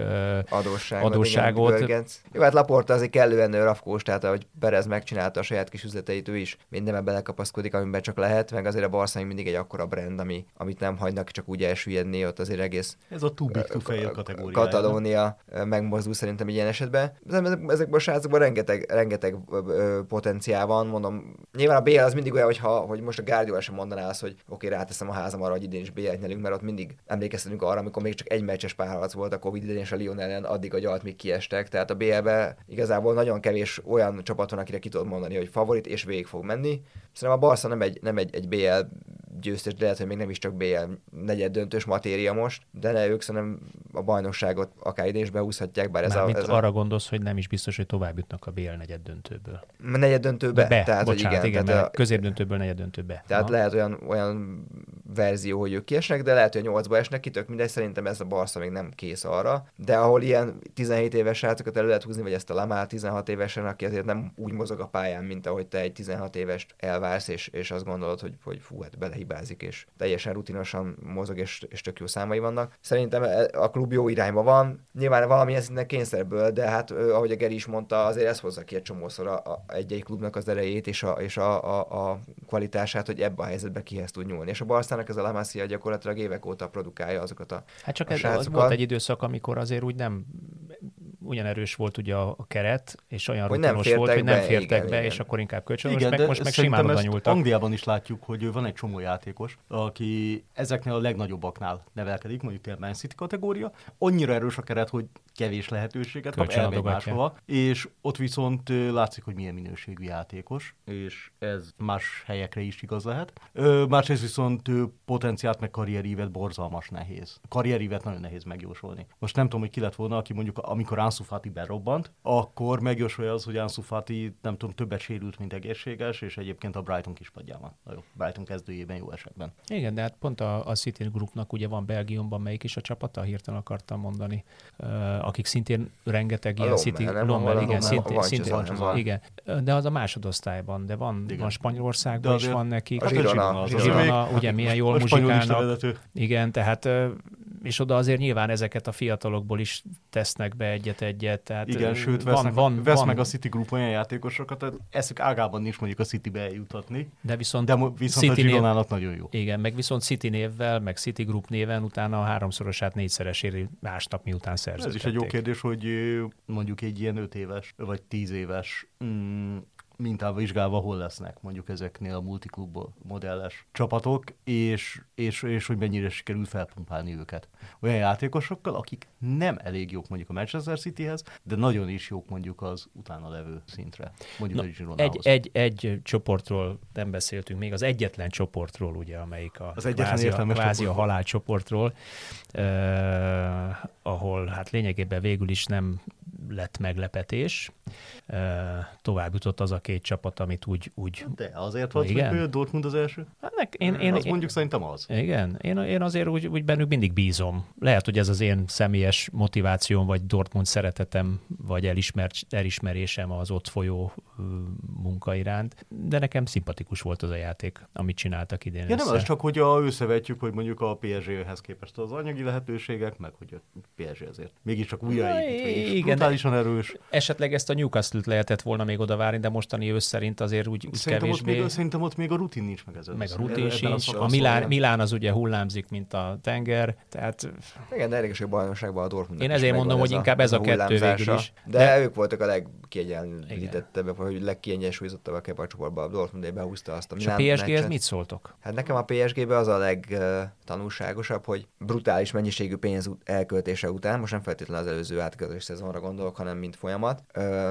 adósságot. Igen, jó, hát Laporta azért kellően rafkós, tehát ahogy Perez megcsinálta a saját kis üzleteit, ő is mindenben belekapaszkodik, amiben csak lehet, meg azért a Barca mindig egy akkora brand, amit nem hagynak csak úgy elsüllyedni, ott azért egész ez a too big to fail kategóriája. Katalónia megmozdul szerintem egy ilyen esetben. Ezekben a srácokban rengeteg potenciál van, mondom. Nyilván a BL az mindig olyan, hogy most a Guardiola sem mondaná azt, hogy oké, ráteszem a házam arra, hogy idén is BL-t nyerünk, mert ott mindig emlékeztetünk arra, amikor még csak egy meccses párharc volt a Covid idején és a Lyon ellen, addig a gyalt még kiestek. Tehát a BL-ben igazából nagyon kevés olyan csapat van, akire ki tudod mondani, hogy favorit és végig fog menni. Szerintem a Barca nem egy BL győztes, de lehet, hogy még nem is csak BL negyeddöntős matéria most, de ők szerintem a bajnokságot akár idén is behúzhatják, bár ez arra gondolsz, hogy nem is biztos, hogy tovább jutnak a BL negyeddöntőből. Negyeddöntőbe? Tehát, bocsánat, igen, tehát középdöntőből negyeddöntőbe. Tehát lehet olyan verzió, hogy ők kiesnek, de lehet, hogy a 8-ba esnek ki, tök mindegy, szerintem ez a Barca még nem kész arra, de ahol ilyen 17 éves srácokat elő lehet húzni, vagy ezt a Lamál 16 évesen, aki azért nem úgy mozog a pályán, mint ahogy te egy 16 évest elvársz, és azt gondolod, hogy fú, hát belehibázik, és teljesen rutinosan mozog, és tök jó számai vannak. Szerintem a klub jó irányba van, nyilván valamilyen szinten kényszerből, de hát ahogy a Geri is mondta, azért ez hozza ki egy csomószor egy klubnak az erejét és a kvalitását, hogy ebbe a helyzetbe kihez tud nyúlni. És a Barszának ez a La Masia gyakorlatilag évek óta produkálja azokat a hát csak ez volt egy időszak, amikor azért úgy nem ugyan erős volt ugye a keret, és olyan rutinos volt, hogy nem fértek be, és akkor inkább kölcsönös, most meg simán oda nyúltak. Angliában is látjuk, hogy van egy csomó játékos, aki ezeknél a legnagyobbaknál nevelkedik, mondjuk tényleg Man City kategória. Annyira erős a keret, hogy kevés lehetőséget kap, elmegy máshova, és ott viszont látszik, hogy milyen minőségű játékos, és ez más helyekre is igaz lehet. Másrészt viszont potenciált meg karrierívet borzalmas nehéz. Karrierívet nagyon nehéz megjósolni. Most nem tudom, hogy ki lett volna, aki mondjuk amikor Ansu Fati berobbant, akkor megjósolja az, hogy Ansu Fati nem tudom, többet sérült, mint egészséges, és egyébként a Brighton kispadján van. Na jó, Brighton kezdőjében jó esetben. Igen, de hát pont a City Groupnak ugye van Belgiumban, melyik is a csapata, hirtelen akartam mondani, akik szintén rengeteg ilyen City Lombel, igen, szintén, igen, de az a másodosztályban, de van Spanyolországban is van nekik. A Girona, ugye milyen jól muzsikálnak. Igen, tehát és oda azért nyilván ezeket a fiatalokból is tesznek be egyet-egyet. Tehát igen, sőt, vesz meg a City Group olyan játékosokat, tehát eszük ágában is mondjuk a Citybe eljutatni. De viszont a Gironának nagyon jó. Igen, meg viszont City névvel, meg City Group néven utána a 3-szorosát 4-szeresére ástak, miután szerződtek. Ez is egy jó kérdés, hogy mondjuk egy ilyen 5 éves vagy 10 éves mintával vizsgálva hol lesznek mondjuk ezeknél a multiklub modelles csapatok, és hogy mennyire sikerül felpumpálni őket. Olyan játékosokkal, akik nem elég jók mondjuk a Manchester Cityhez, de nagyon is jók mondjuk az utána levő szintre. Mondjuk a Gironához. Egy csoportról nem beszéltünk még, az egyetlen csoportról, ugye, amelyik kvázi a halálcsoportról, ahol hát lényegében végül is nem lett meglepetés. Tovább jutott az a két csapat, amit úgy... De azért volt, hogy Dortmund az első? Az mondjuk szerintem az. Igen, én azért úgy bennük mindig bízom. Lehet, hogy ez az én személyes motivációm, vagy Dortmund szeretetem, vagy elismerésem az ott folyó munka iránt, de nekem szimpatikus volt az a játék, amit csináltak idén. Ja, nem az csak, hogy összevetjük, hogy mondjuk a PSG-hez képest az anyagi lehetőségek, meg hogy a PSG azért mégiscsak újraépítve és brutálisan erős. Esetleg ezt a Newcastle-t lehetett volna még oda várni, de mostani ősz szerint azért úgy kevésbé. Szerintem ott még a rutin nincs meg ezzel. Meg a rutin sincs. A Milán az ugye hullámzik, mint a tenger. Tehát... Igen, de érdekes, hogy bajnokságban a Dortmund. Én ezért mondom, hogy inkább ez a kettő végül is. De ők voltak a legkiegyenlítettebbek, vagy legkiegyensúlyozottabbak ebben a csoportban. A Dortmund behúzta azt a Milán. És a PSG-hez mit szóltok? Hát nekem a PSG-ben az a legtanulságosabb, hogy brutális mennyiségű pénz elköltése után, most nem feltétlenül az előző átkötés szezonra gondolok, hanem mint folyamat,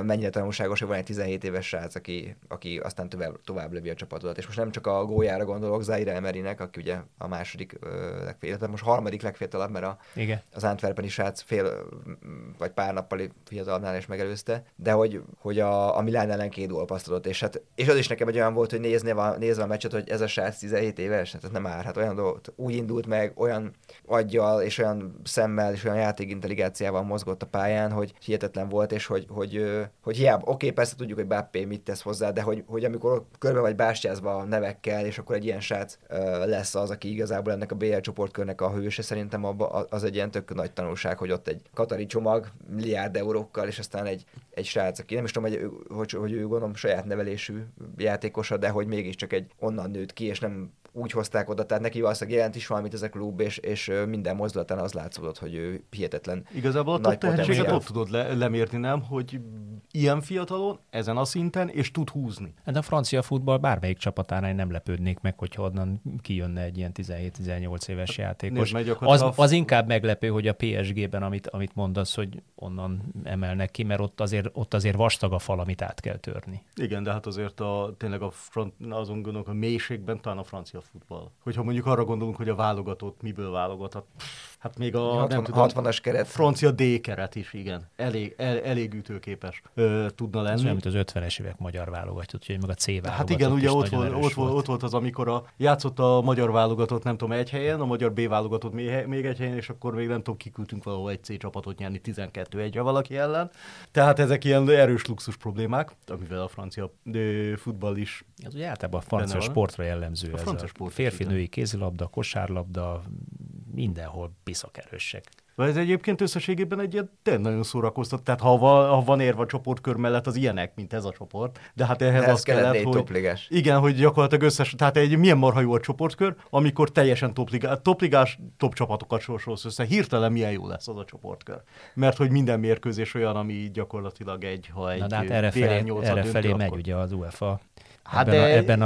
mennyire tanulságos, hogy van egy 17 éves srác, aki aztán tovább lövi a csapatodat. És most nem csak a góljára gondolok, Zaire Emerynek, aki ugye a második legfiatalabb, most harmadik legfiatalabb, mert az Antwerpeni srác fél vagy pár nappal fiatalabbnál is megelőzte, de hogy a Milán ellen 2 gólpaszt adott, és az is nekem egy olyan volt, hogy nézve a meccset, hogy ez a srác 17 éves, hát ez nem áll, hát olyan dolgot, úgy indult meg, olyan aggyal, és olyan szemmel, és olyan játékintelligenciával mozgott a pályán, hogy hihetetlen volt, és hogy hiába, oké, persze tudjuk, hogy Mbappé mit tesz hozzá, de hogy amikor körbe vagy bástyázva a nevekkel, és akkor egy ilyen srác lesz az, aki igazából ennek a BL csoportkörnek a hőse, szerintem az egy ilyen tök nagy tanulság, hogy ott egy katari csomag milliárd eurókkal, és aztán egy srác, aki nem is tudom, hogy ő gondolom saját nevelésű játékosa, de hogy mégiscsak egy onnan nőtt ki, és nem úgy hozták oda, tehát neki valószínűleg jelent is valamit ez a klub, és minden mozdulatán az látszódott, hogy ő hihetetlen. Igazából a tehetséget ott tudod lemérni, nem? Hogy ilyen fiatalon, ezen a szinten, és tud húzni. De a francia futball bármelyik csapatánál nem lepődnék meg, hogyha onnan kijönne egy ilyen 17-18 éves játékos. Az inkább meglepő, hogy a PSG-ben, amit mondasz, hogy onnan emelnek ki, mert ott azért vastag a fal, amit át kell törni. Igen, de hát azért tényleg azon gondolok, a mélységben talán a francia futball. Hogyha mondjuk arra gondolunk, hogy a válogatott miből válogatott, hát még a 60-as keret. Francia D keret is, igen. Elég ütőképes tudna lenni. Ez olyan, mint az 50-es évek magyar válogatott, úgyhogy meg a C válogatott. Hát igen, ugye ott volt az, amikor játszott a magyar válogatott, nem tudom, egy helyen, a magyar B válogatott még egy helyen, és akkor még nem tudom, kiküldtünk valahol egy C csapatot nyerni 12-1-re valaki ellen. Tehát ezek ilyen erős luxus problémák, amivel a francia futball is. Ez ugye általában a francia sportra jellemző. A francia sport férfi-női kézilabda, kosárlabda, mindenhol piszak erősek. Ez egyébként összességében egy ilyen tényleg nagyon szórakoztat, tehát ha van érve a csoportkör mellett az ilyenek, mint ez a csoport, de hát ehhez az kellett, hogy... Topligás. Igen, hogy gyakorlatilag tehát egy milyen marha jó a csoportkör, amikor teljesen topligás top csapatokat sorsolsz össze, hirtelen milyen jó lesz az a csoportkör. Mert hogy minden mérkőzés olyan, ami gyakorlatilag ha egy hát errefelé megy ugye az UEFA. Hát ebben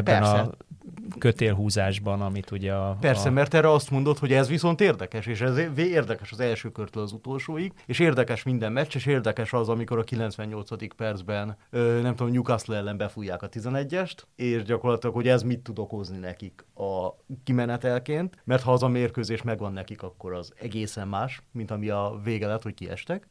a kötélhúzásban, amit ugye Persze, mert erre azt mondod, hogy ez viszont érdekes, és ez érdekes az első körtől az utolsóig, és érdekes minden meccs, és érdekes az, amikor a 98. percben, nem tudom, Newcastle ellen befújják a 11-est, és gyakorlatilag, hogy ez mit tud okozni nekik a kimenetelként, mert ha az a mérkőzés megvan nekik, akkor az egészen más, mint ami a vége lett, hogy kiestek.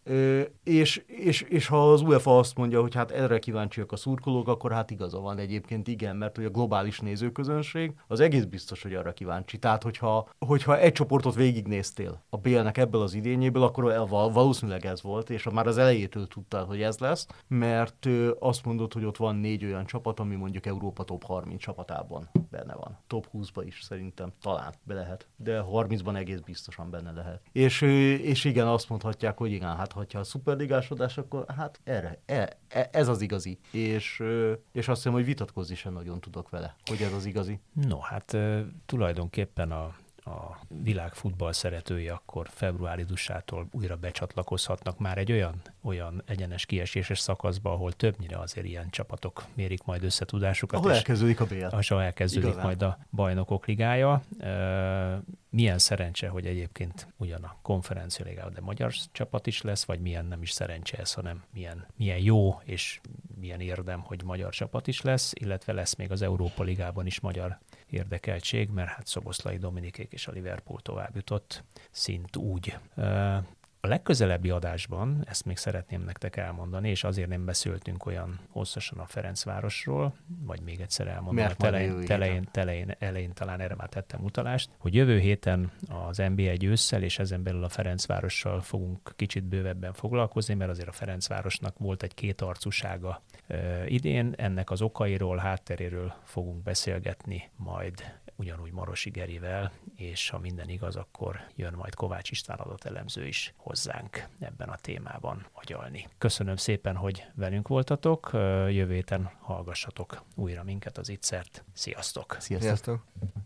És ha az UEFA azt mondja, hogy hát erre kíváncsiak a szurkolók, akkor hát igaza van egyébként, igen, mert hogy a globális nézőközönség az egész biztos, hogy arra kíváncsi. Tehát, hogyha egy csoportot végignéztél a BL-nek ebből az idényéből, akkor valószínűleg ez volt, és már az elejétől tudtál, hogy ez lesz, mert azt mondod, hogy ott van 4 olyan csapat, ami mondjuk Európa top 30 csapatában benne van. Top 20-ba is szerintem talán be lehet, de 30-ban egész biztosan benne lehet. És igen, azt mondhatják, hogy igen, hát ha a szuperligásodás, akkor hát ez az igazi. És azt hiszem, hogy vitatkozni sem nagyon tudok vele, hogy ez az igazi. No, hát tulajdonképpen a világ futball szeretői akkor februári dusától újra becsatlakozhatnak már egy olyan egyenes kieséses szakaszba, ahol többnyire azért ilyen csapatok mérik majd összetudásukat. Ahol elkezdődik a BL. Ahol elkezdődik majd a Bajnokok Ligája. Milyen szerencse, hogy egyébként ugyan a Konferencia Ligában, de magyar csapat is lesz, vagy milyen nem is szerencse ez, hanem milyen jó és milyen érdem, hogy magyar csapat is lesz, illetve lesz még az Európa Ligában is magyar érdekeltség, mert hát Szoboszlai Dominikék és a Liverpool tovább jutott szint úgy. A legközelebbi adásban, ezt még szeretném nektek elmondani, és azért nem beszéltünk olyan hosszasan a Ferencvárosról, vagy még egyszer elmondom, elején talán erre már tettem utalást, hogy jövő héten az NB1 ősszel, és ezen belül a Ferencvárossal fogunk kicsit bővebben foglalkozni, mert azért a Ferencvárosnak volt egy kétarcúsága idén, ennek az okairól, hátteréről fogunk beszélgetni majd ugyanúgy Marosi Gerivel, és ha minden igaz, akkor jön majd Kovács István adatelemző is hozzánk ebben a témában agyalni. Köszönöm szépen, hogy velünk voltatok, jövő héten hallgassatok újra minket az Ittszert. Sziasztok! Sziasztok!